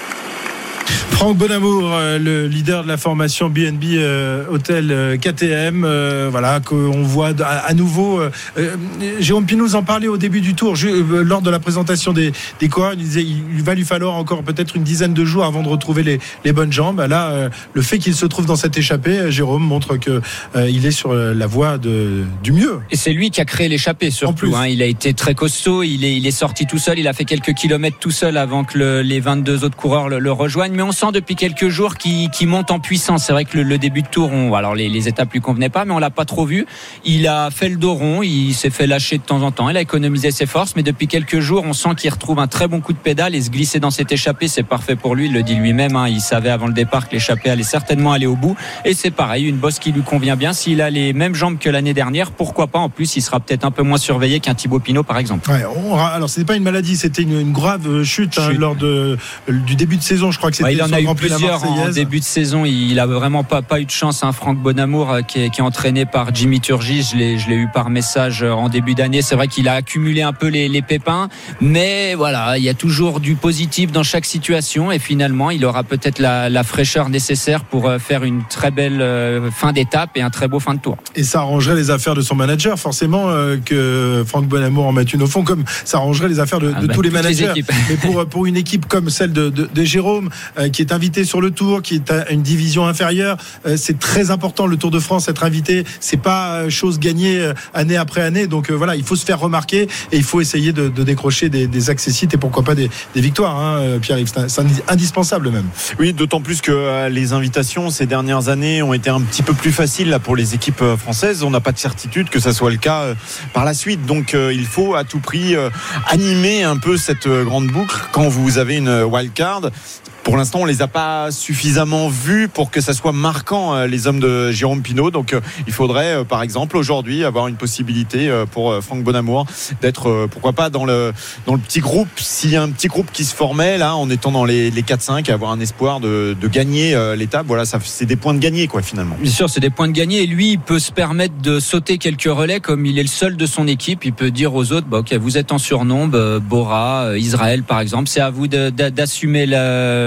Franck Bonamour, le leader de la formation B N B euh, Hôtel euh, K T M, euh, voilà, qu'on voit à, à nouveau. Euh, Jérôme Pinot nous en parlait au début du Tour, je, euh, lors de la présentation des, des coureurs. Il disait il va lui falloir encore peut-être une dizaine de jours avant de retrouver les, les bonnes jambes. Là, euh, le fait qu'il se trouve dans cette échappée, Jérôme, montre qu'il euh, est sur la voie de, du mieux. Et c'est lui qui a créé l'échappée surtout. Hein, il a été très costaud, il est, il est sorti tout seul, il a fait quelques kilomètres tout seul avant que le, les vingt-deux autres coureurs le, le rejoignent. Mais on sent depuis quelques jours qui, qui monte en puissance. C'est vrai que le, le début de Tour, on, alors les, les étapes lui convenaient pas, mais on l'a pas trop vu. Il a fait le dos rond, il s'est fait lâcher de temps en temps, il a économisé ses forces, mais depuis quelques jours, on sent qu'il retrouve un très bon coup de pédale et se glisser dans cette échappée, c'est parfait pour lui. Il le dit lui-même, hein, il savait avant le départ que l'échappée allait certainement aller au bout. Et c'est pareil, une bosse qui lui convient bien. S'il a les mêmes jambes que l'année dernière, pourquoi pas. En plus, il sera peut-être un peu moins surveillé qu'un Thibaut Pinot, par exemple. Ouais, on, alors, c'était pas une maladie, c'était une, une grave chute, chute. Hein, lors de, du début de saison. Je crois que c'était. Ouais, il en a eu plusieurs en début de saison. Il a vraiment pas, pas eu de chance. Hein. Franck Bonamour, qui est, qui est entraîné par Jimmy Turgis, je l'ai, je l'ai eu par message en début d'année. C'est vrai qu'il a accumulé un peu les, les pépins, mais voilà, il y a toujours du positif dans chaque situation. Et finalement, il aura peut-être la, la fraîcheur nécessaire pour faire une très belle fin d'étape et un très beau fin de Tour. Et ça arrangerait les affaires de son manager, forcément, euh, que Franck Bonamour en mette une au fond, comme ça arrangerait les affaires de, de ah bah, tous les managers. Les mais pour, pour une équipe comme celle de, de, de Jérôme, euh, qui est invité sur le Tour, qui est à une division inférieure, euh, c'est très important le Tour de France, être invité, c'est pas chose gagnée euh, année après année. Donc euh, voilà, il faut se faire remarquer et il faut essayer de, de décrocher des, des accessites et pourquoi pas des, des victoires, hein, Pierre-Yves. C'est, c'est indispensable même. Oui, d'autant plus que euh, les invitations ces dernières années ont été un petit peu plus faciles là, pour les équipes françaises. On n'a pas de certitude que ça soit le cas euh, par la suite. Donc euh, il faut à tout prix euh, animer un peu cette euh, grande boucle quand vous avez une wildcard. Pour l'instant, on les a pas suffisamment vus pour que ça soit marquant, euh, les hommes de Jérôme Pinot. Donc, euh, il faudrait, euh, par exemple, aujourd'hui, avoir une possibilité euh, pour euh, Franck Bonamour d'être, euh, pourquoi pas, dans le dans le petit groupe. S'il y a un petit groupe qui se formait là, en étant dans les, les quatre cinq, avoir un espoir de, de gagner euh, l'étape. Voilà, ça, c'est des points de gagner, quoi, finalement. Bien sûr, c'est des points de gagner. Et lui, il peut se permettre de sauter quelques relais, comme il est le seul de son équipe. Il peut dire aux autres, bah, ok, vous êtes en surnombre, euh, Bora, euh, Israël, par exemple. C'est à vous de, de, d'assumer la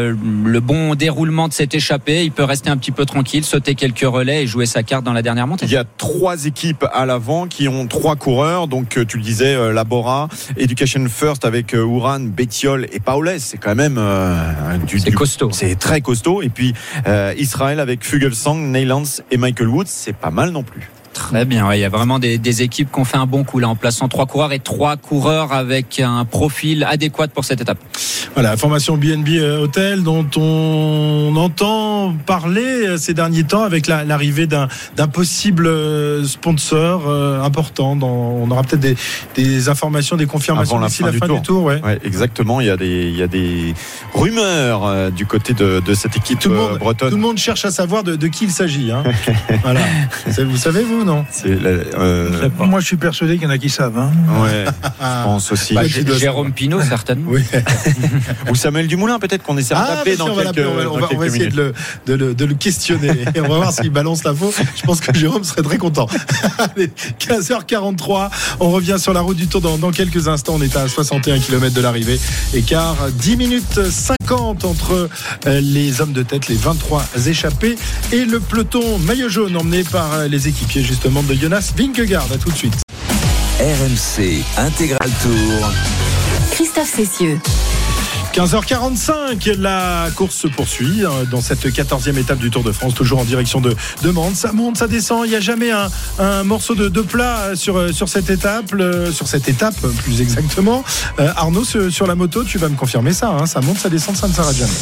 le, le bon déroulement de cette échappée, il peut rester un petit peu tranquille, sauter quelques relais et jouer sa carte dans la dernière montée. Il y a trois équipes à l'avant qui ont trois coureurs. Donc tu le disais, Labora, Education First avec Uran, Bettiol et Paules. C'est quand même euh, du, c'est du, costaud. C'est très costaud. Et puis euh, Israël avec Fuglsang, Neylands et Michael Woods, c'est pas mal non plus. Très bien, ouais, il y a vraiment des, des équipes qui ont fait un bon coup là en plaçant trois coureurs et trois coureurs avec un profil adéquat pour cette étape. Voilà, la formation B N B Hotel dont on entend parler ces derniers temps avec la, l'arrivée d'un, d'un possible sponsor euh, important. Dans, on aura peut-être des, des informations, des confirmations d'ici la fin, la fin du tour. Du tour ouais. Ouais, exactement, il y a des, il y a des rumeurs euh, du côté de, de cette équipe tout le monde, euh, bretonne. Tout le monde cherche à savoir de, de qui il s'agit. Hein. Voilà. Vous savez, vous non c'est la, euh... Moi, je suis persuadé qu'il y en a qui savent. Hein. Ouais, je pense aussi. Bah, Jérôme Pinault, certainement. Oui. Ou Samuel Dumoulin, peut-être qu'on essaiera ah, d'appeler dans on quelques va, on va, on va, on va essayer de le, de, le, de le questionner. Et on va voir s'il balance l'info. Je pense que Jérôme serait très content. Allez, quinze heures quarante-trois. On revient sur la route du Tour dans, dans quelques instants. On est à soixante et un kilomètres de l'arrivée. Écart dix minutes cinquante entre les hommes de tête, les vingt-trois échappés et le peloton maillot jaune emmené par les équipiers justement de Jonas Vingegaard. À tout de suite. R M C Intégral Tour. Christophe Cessieux. quinze heures quarante-cinq, la course se poursuit dans cette quatorzième étape du Tour de France, toujours en direction de, de Mende. Ça monte, ça descend, il n'y a jamais un, un morceau de, de plat sur, sur cette étape, sur cette étape plus exactement. Euh, Arnaud, sur, sur la moto, tu vas me confirmer ça, hein, ça monte, ça descend, ça ne s'arrête jamais.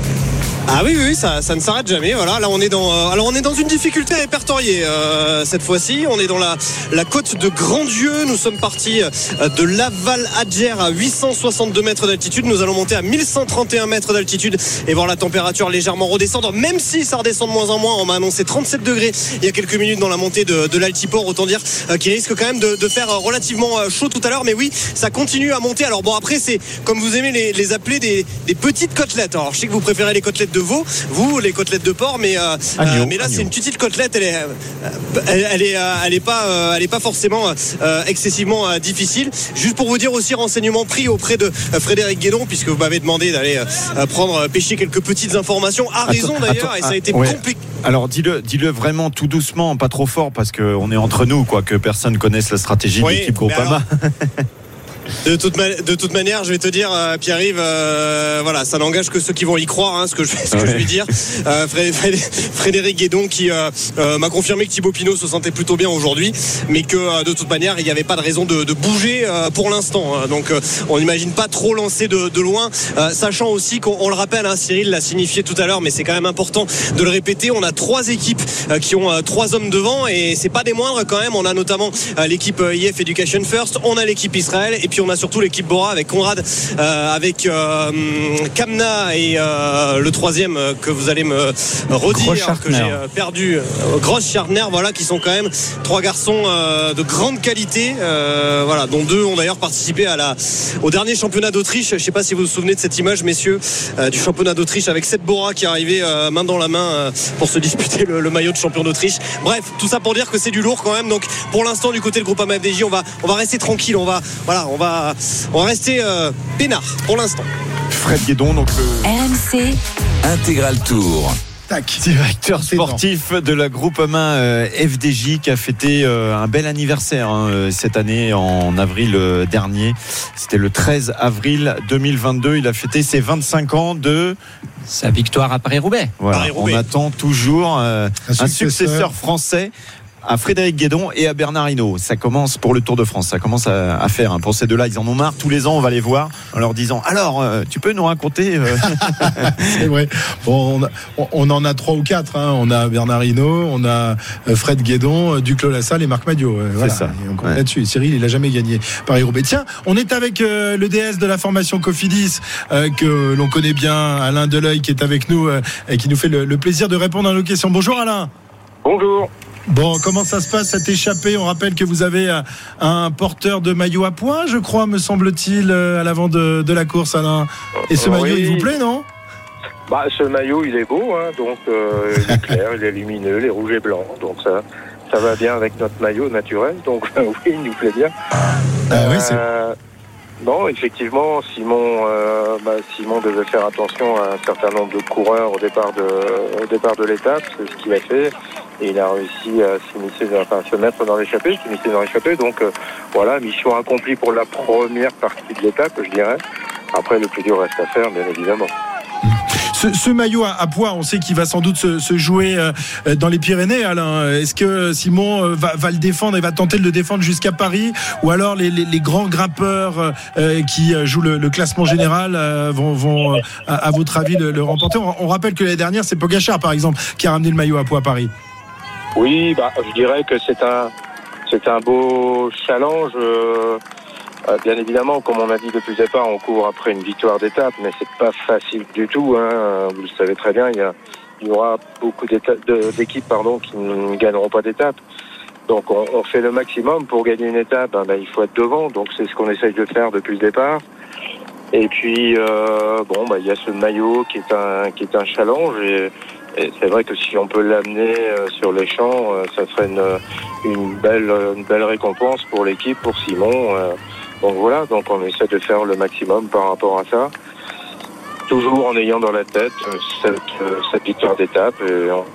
Ah oui, oui, ça, ça ne s'arrête jamais. Voilà, là on est dans, euh, alors on est dans une difficulté répertoriée euh, cette fois-ci. On est dans la, la côte de Grand-Dieu. Nous sommes partis euh, de Laval-Adger à huit cent soixante-deux mètres d'altitude. Nous allons monter à mille cent trente et un mètres d'altitude et voir la température légèrement redescendre. Même si ça redescend de moins en moins, on m'a annoncé trente-sept degrés il y a quelques minutes dans la montée de, de l'altiport. Autant dire euh, qu'il risque quand même de, de faire relativement euh, chaud tout à l'heure. Mais oui, ça continue à monter. Alors bon, après c'est comme vous aimez les, les appeler des, des petites côtelettes. Alors je sais que vous préférez les côtelettes de veau, vous les côtelettes de porc, mais euh, agneau, euh, mais là agneau. C'est une petite côtelette, elle est euh, elle, elle est euh, elle est pas euh, elle est pas forcément euh, excessivement euh, difficile. Juste pour vous dire aussi, renseignement pris auprès de euh, Frédéric Guédon, puisque vous m'avez demandé d'aller euh, prendre euh, pêcher quelques petites informations à raison attends, d'ailleurs, attends, et ça a été ouais. compliqué. Alors dis-le, dis-le vraiment tout doucement, pas trop fort, parce qu'on est entre nous, quoi, que personne connaisse la stratégie oui, de l'équipe Groupama. De toute, ma- de toute manière, je vais te dire, euh, Pierre-Yves, euh, voilà, ça n'engage que ceux qui vont y croire, hein, ce que je, ce que ouais. je vais dire. Euh, Fré- Fré- Frédéric Guédon qui euh, euh, m'a confirmé que Thibaut Pinot se sentait plutôt bien aujourd'hui, mais que euh, de toute manière, il n'y avait pas de raison de, de bouger euh, pour l'instant. Hein. Donc, euh, on n'imagine pas trop lancer de, de loin, euh, sachant aussi qu'on on le rappelle, hein, Cyril l'a signifié tout à l'heure, mais c'est quand même important de le répéter. On a trois équipes euh, qui ont euh, trois hommes devant, et c'est pas des moindres quand même. On a notamment euh, l'équipe euh, I F Education First, on a l'équipe Israël, et puis on a surtout l'équipe Bora avec Conrad, euh, avec euh, Kamna et euh, le troisième euh, que vous allez me redire, que j'ai euh, perdu, euh, Gross Schartner, voilà, qui sont quand même trois garçons euh, de grande qualité, euh, voilà, dont deux ont d'ailleurs participé à la, au dernier championnat d'Autriche. Je ne sais pas si vous vous souvenez de cette image, messieurs, euh, du championnat d'Autriche avec Seth Bora qui est arrivé euh, main dans la main euh, pour se disputer le, le maillot de champion d'Autriche. Bref, tout ça pour dire que c'est du lourd quand même. Donc pour l'instant, du côté de Groupama F D J, on va, on va rester tranquille, on va, voilà, on va, on va rester euh, peinard pour l'instant. Fred Guédon, donc le R M C Intégral Tour. Tac. Directeur sportif de la Groupama euh, F D J, qui a fêté euh, un bel anniversaire hein, cette année en avril euh, dernier. C'était le treize avril deux mille vingt-deux. Il a fêté ses vingt-cinq ans de sa victoire à Paris-Roubaix. Voilà, Paris-Roubaix. on attend toujours euh, un, successeur. un successeur français à Frédéric Guédon et à Bernard Hinault. Ça commence pour le Tour de France, ça commence à, à faire hein. Pour ces deux-là, ils en ont marre. Tous les ans, on va les voir en leur disant alors, euh, tu peux nous raconter euh... C'est vrai. Bon, on, a, on en a trois ou quatre. Hein. On a Bernard Hinault, on a Fred Guédon, Duclos Lassalle et Marc Madiot. Voilà. C'est ça. Et on compte Ouais. là-dessus. Cyril, il n'a jamais gagné Paris-Roubaix. Tiens, on est avec euh, le D S de la formation Cofidis, euh, que l'on connaît bien, Alain Deleuil, qui est avec nous euh, et qui nous fait le, le plaisir de répondre à nos questions. Bonjour Alain. Bonjour. Bon, comment ça se passe cette échappée? On rappelle que vous avez un porteur de maillot à pois, je crois, me semble-t-il, à l'avant de, de la course, Alain. Et ce Oui. maillot, il vous plaît, non? Bah, ce maillot, il est beau, hein, donc euh, il est clair, il est lumineux, il est rouge et blanc, donc ça, ça va bien avec notre maillot naturel, donc oui, il nous plaît bien. Ah, oui, c'est... Euh, non, effectivement, Simon, euh, bah, Simon devait faire attention à un certain nombre de coureurs au départ de, au départ de l'étape, c'est ce qu'il a fait, et il a réussi à s'immiscer, enfin, se mettre dans l'échappée, s'immiscer dans l'échappée. Donc euh, voilà, mission accomplie pour la première partie de l'étape, je dirais. Après, le plus dur reste à faire, bien évidemment. Ce, ce maillot à, à poids, on sait qu'il va sans doute se, se jouer euh, dans les Pyrénées, Alain. Est-ce que Simon euh, va, va le défendre et va tenter de le défendre jusqu'à Paris, ou alors les, les, les grands grimpeurs euh, qui jouent le, le classement général euh, vont, vont euh, à, à votre avis, le, le remporter? on, on rappelle que l'année dernière, c'est Pogačar, par exemple, qui a ramené le maillot à poids à Paris. Oui, bah, je dirais que c'est un, c'est un beau challenge. Euh... Bien évidemment, comme on a dit depuis le départ, on court après une victoire d'étape, mais c'est pas facile du tout. Hein. Vous le savez très bien, il y, a, il y aura beaucoup de, d'équipes pardon, qui ne gagneront pas d'étape. Donc on, on fait le maximum pour gagner une étape. Ben, il faut être devant, donc c'est ce qu'on essaye de faire depuis le départ. Et puis euh, bon, ben, il y a ce maillot qui est un qui est un challenge. Et, et c'est vrai que si on peut l'amener euh, sur les champs, euh, ça serait une, une belle une belle récompense pour l'équipe, pour Simon. Euh, Donc voilà, donc on essaie de faire le maximum par rapport à ça, toujours en ayant dans la tête cette, cette victoire d'étape. Et on...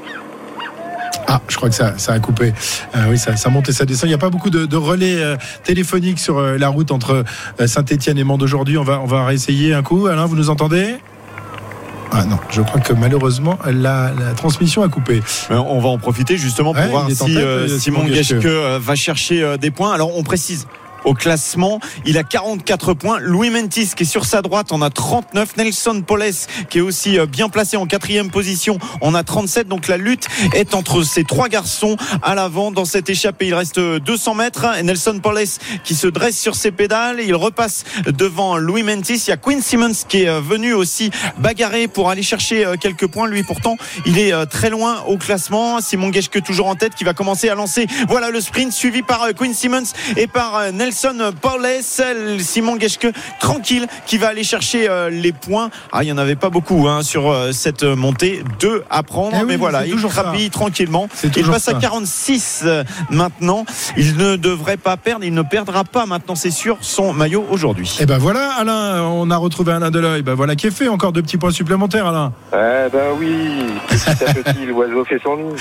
Ah, je crois que ça, ça a coupé. Euh, oui, ça, ça monte et ça descend. Il n'y a pas beaucoup de, de relais euh, téléphoniques sur euh, la route entre euh, Saint-Étienne et Mende aujourd'hui. On va, on va réessayer un coup. Alain, vous nous entendez ? Ah non, je crois que malheureusement la, la transmission a coupé. On va en profiter justement pour ouais, voir si euh, Simon Geschke va chercher euh, des points. Alors on précise. Au classement, il a quarante-quatre points. Louis Mentis qui est sur sa droite en a trente-neuf. Nelson Poles qui est aussi bien placé en quatrième position en a trente-sept. Donc la lutte est entre ces trois garçons à l'avant dans cette échappée. Il reste deux cents mètres. Et Nelson Poles qui se dresse sur ses pédales. Il repasse devant Louis Mentis. Il y a Quinn Simmons qui est venu aussi bagarrer pour aller chercher quelques points. Lui pourtant, il est très loin au classement. Simon Geschke toujours en tête qui va commencer à lancer. Voilà le sprint suivi par Quinn Simmons et par Nelson Nelson Poles. Simon Geschke tranquille qui va aller chercher euh, les points. Ah, il n'y en avait pas beaucoup hein, sur euh, cette montée, deux à prendre, eh oui, mais voilà, il gravit tranquillement. Il passe ça. à quarante-six euh, maintenant. Il ne devrait pas perdre, il ne perdra pas maintenant, c'est sûr, son maillot aujourd'hui. Et ben voilà, Alain, on a retrouvé Alain Deleuil. Ben voilà qui est fait, encore deux petits points supplémentaires, Alain. Eh ben oui, petit à petit, l'oiseau fait son nid.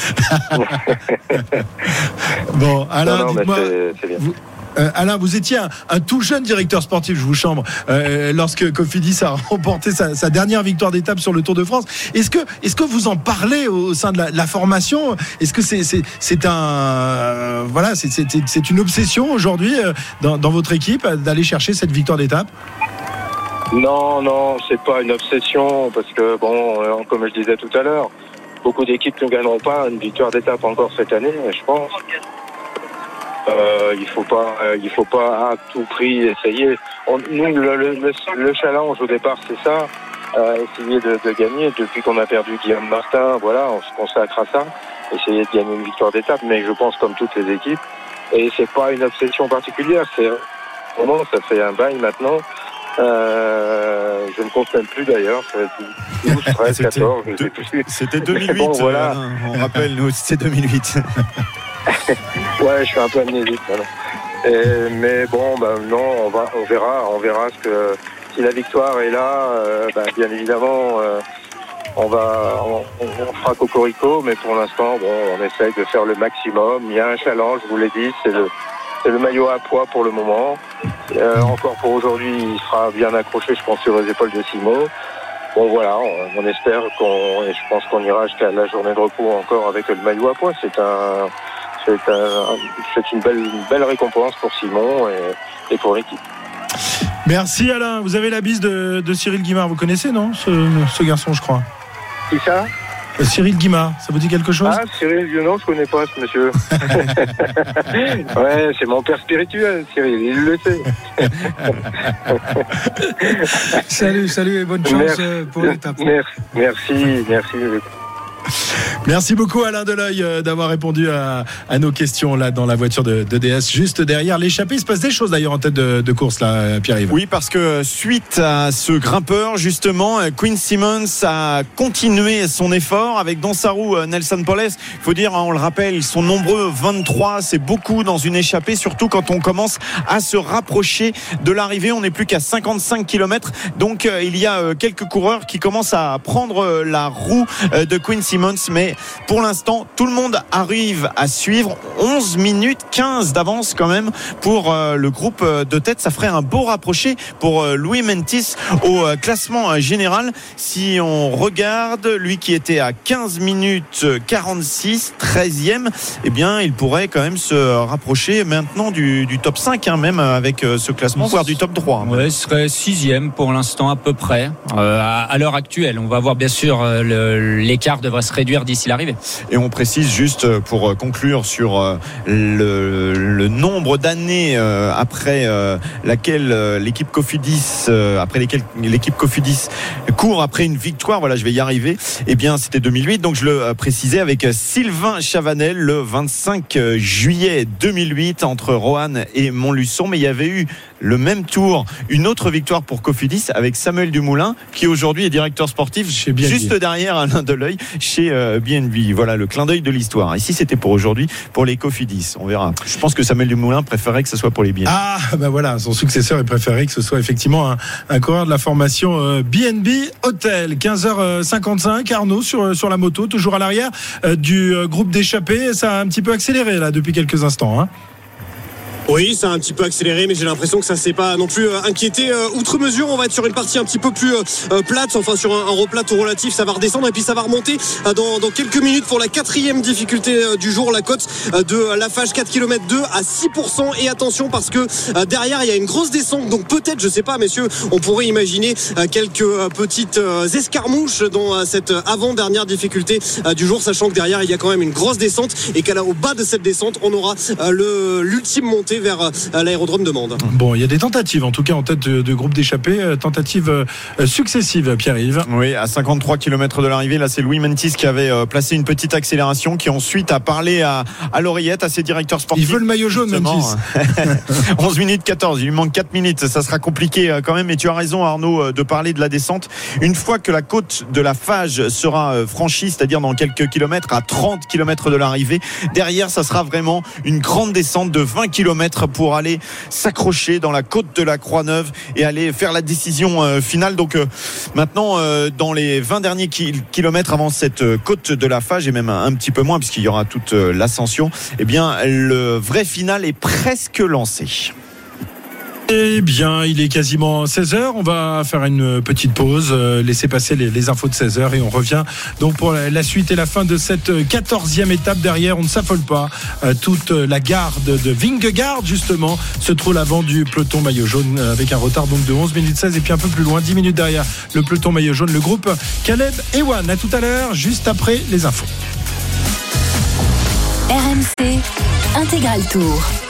Bon, Alain, non, non, dites-moi. C'est, c'est bien. Vous... Euh, Alain, vous étiez un, un tout jeune directeur sportif, je vous chambre, euh, lorsque Cofidis a remporté sa, sa dernière victoire d'étape sur le Tour de France. Est-ce que, est-ce que vous en parlez au sein de la, la formation ? Est-ce que c'est, c'est, c'est un, euh, voilà, c'est, c'est, c'est une obsession aujourd'hui euh, dans, dans votre équipe d'aller chercher cette victoire d'étape ? Non, non, c'est pas une obsession parce que bon, euh, comme je disais tout à l'heure, beaucoup d'équipes ne gagneront pas une victoire d'étape encore cette année, je pense. Euh, il faut pas, euh, il faut pas à tout prix essayer. On, nous, le, le, le challenge au départ, c'est ça, euh, essayer de, de gagner. Depuis qu'on a perdu Guillaume Martin, voilà, on se consacre à ça, essayer de gagner une victoire d'étape. Mais je pense comme toutes les équipes, et c'est pas une obsession particulière. C'est vraiment, ça fait un bail maintenant. Euh, je ne compte même plus d'ailleurs. douze, treize, quatorze, je ne sais plus. C'était deux mille huit. Bon, voilà. euh, on rappelle, nous, c'était deux mille huit. Ouais, je suis un peu amnésique. Voilà. Et, mais bon, ben non, on va, on verra, on verra ce que si la victoire est là, euh, ben, bien évidemment, euh, on va, on, on fera cocorico, mais pour l'instant, bon, on essaye de faire le maximum. Il y a un challenge, je vous l'ai dit, c'est le, c'est le maillot à poids pour le moment. Euh, encore pour aujourd'hui, il sera bien accroché, je pense, sur les épaules de Simon. Bon voilà, on, on espère qu'on, et je pense qu'on ira jusqu'à la journée de repos encore avec le maillot à poids. C'est un, c'est un, c'est une belle, une belle récompense pour Simon et, et pour l'équipe. Merci Alain. Vous avez la bise de, de Cyril Guimard. Vous connaissez, non, ce, ce garçon, je crois. Qui ça ? Cyril Guimard, ça vous dit quelque chose ? Ah, Cyril, non, je connais pas ce monsieur. Ouais, c'est mon père spirituel, Cyril, il le sait. Salut, salut et bonne chance merci, pour l'étape. Merci, merci, merci. Merci beaucoup Alain Deleuil d'avoir répondu à, à nos questions là dans la voiture de, de D S juste derrière l'échappée. Il se passe des choses d'ailleurs en tête de, de course là, Pierre-Yves. Oui, parce que suite à ce grimpeur justement, Quinn Simmons a continué son effort avec dans sa roue Nelson Poles. Il faut dire, on le rappelle, ils sont nombreux, vingt-trois, c'est beaucoup dans une échappée, surtout quand on commence à se rapprocher de l'arrivée. On n'est plus qu'à cinquante-cinq kilomètres, donc il y a quelques coureurs qui commencent à prendre la roue de Quinn Simmons, mais pour l'instant tout le monde arrive à suivre. Onze minutes quinze d'avance quand même pour le groupe de tête. Ça ferait un beau rapproché pour Louis Mentis au classement général. Si on regarde, lui qui était à quinze minutes quarante-six, treizième, eh bien il pourrait quand même se rapprocher maintenant du, du top cinq, hein, même avec ce classement, voire du top trois. Ouais, ce serait sixième pour l'instant à peu près, euh, à, à l'heure actuelle. On va voir bien sûr, euh, le, l'écart devrait se réduire d'ici l'arrivée. Et on précise juste pour conclure sur euh, le, le nombre d'années euh, après euh, laquelle euh, l'équipe Cofidis, euh, après lesquelles l'équipe Cofidis court après une victoire. Voilà, je vais y arriver. Eh bien, c'était deux mille huit, donc je le euh, précisais avec Sylvain Chavanel le vingt-cinq juillet deux mille huit entre Roanne et Montluçon. Mais il y avait eu le même tour, une autre victoire pour Cofidis avec Samuel Dumoulin qui aujourd'hui est directeur sportif chez B N B, juste derrière Alain Deleuil chez euh, B N B. Voilà le clin d'œil de l'histoire. Ici c'était pour aujourd'hui pour les Cofidis, on verra. Je pense que Samuel Dumoulin préférait que ce soit pour les B N B. Ah ben voilà, son successeur il préférait que ce soit effectivement un, un coureur de la formation euh, B N B Hotel. Quinze heures cinquante-cinq, Arnaud sur, sur la moto, toujours à l'arrière euh, du euh, groupe d'échappés. Ça a un petit peu accéléré là depuis quelques instants, hein. Oui, ça a un petit peu accéléré, mais j'ai l'impression que ça s'est pas non plus euh, inquiété euh, outre mesure. On va être sur une partie un petit peu plus euh, plate, enfin sur un, un replat tout relatif. Ça va redescendre et puis ça va remonter euh, dans, dans quelques minutes pour la quatrième difficulté euh, du jour, la côte euh, de Laffage, quatre kilomètres deux à six pour cent. Et attention parce que euh, derrière il y a une grosse descente, donc peut-être, je sais pas messieurs, on pourrait imaginer euh, quelques euh, petites euh, escarmouches dans euh, cette avant-dernière difficulté euh, du jour, sachant que derrière il y a quand même une grosse descente et qu'au bas de cette descente on aura euh, le, l'ultime montée vers euh, l'aérodrome de Mende. Bon, il y a des tentatives en tout cas en tête de, de groupe d'échappée, euh, tentatives euh, successives, Pierre-Yves. Oui, à cinquante-trois kilomètres de l'arrivée, là c'est Louis Mentis qui avait euh, placé une petite accélération, qui ensuite a parlé à, à l'oreillette à ses directeurs sportifs. Il veut le maillot jaune, Mentis. onze minutes quatorze, il lui manque quatre minutes, ça sera compliqué euh, quand même, mais tu as raison Arnaud euh, de parler de la descente. Une fois que la côte de Laffage sera euh, franchie, c'est-à-dire dans quelques kilomètres, à trente kilomètres de l'arrivée, derrière ça sera vraiment une grande descente de vingt kilomètres pour aller s'accrocher dans la côte de la Croix-Neuve et aller faire la décision euh, finale. Donc euh, maintenant euh, dans les vingt derniers ki- kilomètres avant cette euh, côte de Laffage, et même un, un petit peu moins puisqu'il y aura toute euh, l'ascension, eh bien le vrai final est presque lancé. Eh bien, il est quasiment seize heures. On va faire une petite pause, euh, laisser passer les, les infos de seize heures et on revient donc pour la, la suite et la fin de cette quatorzième étape. Derrière, on ne s'affole pas. Euh, toute la garde de Vingegaard, justement, se trouve avant du peloton maillot jaune avec un retard donc de onze minutes seize. Et puis un peu plus loin, dix minutes derrière le peloton maillot jaune, le groupe Caleb Ewan. À tout à l'heure, juste après les infos. R M C Intégral Tour.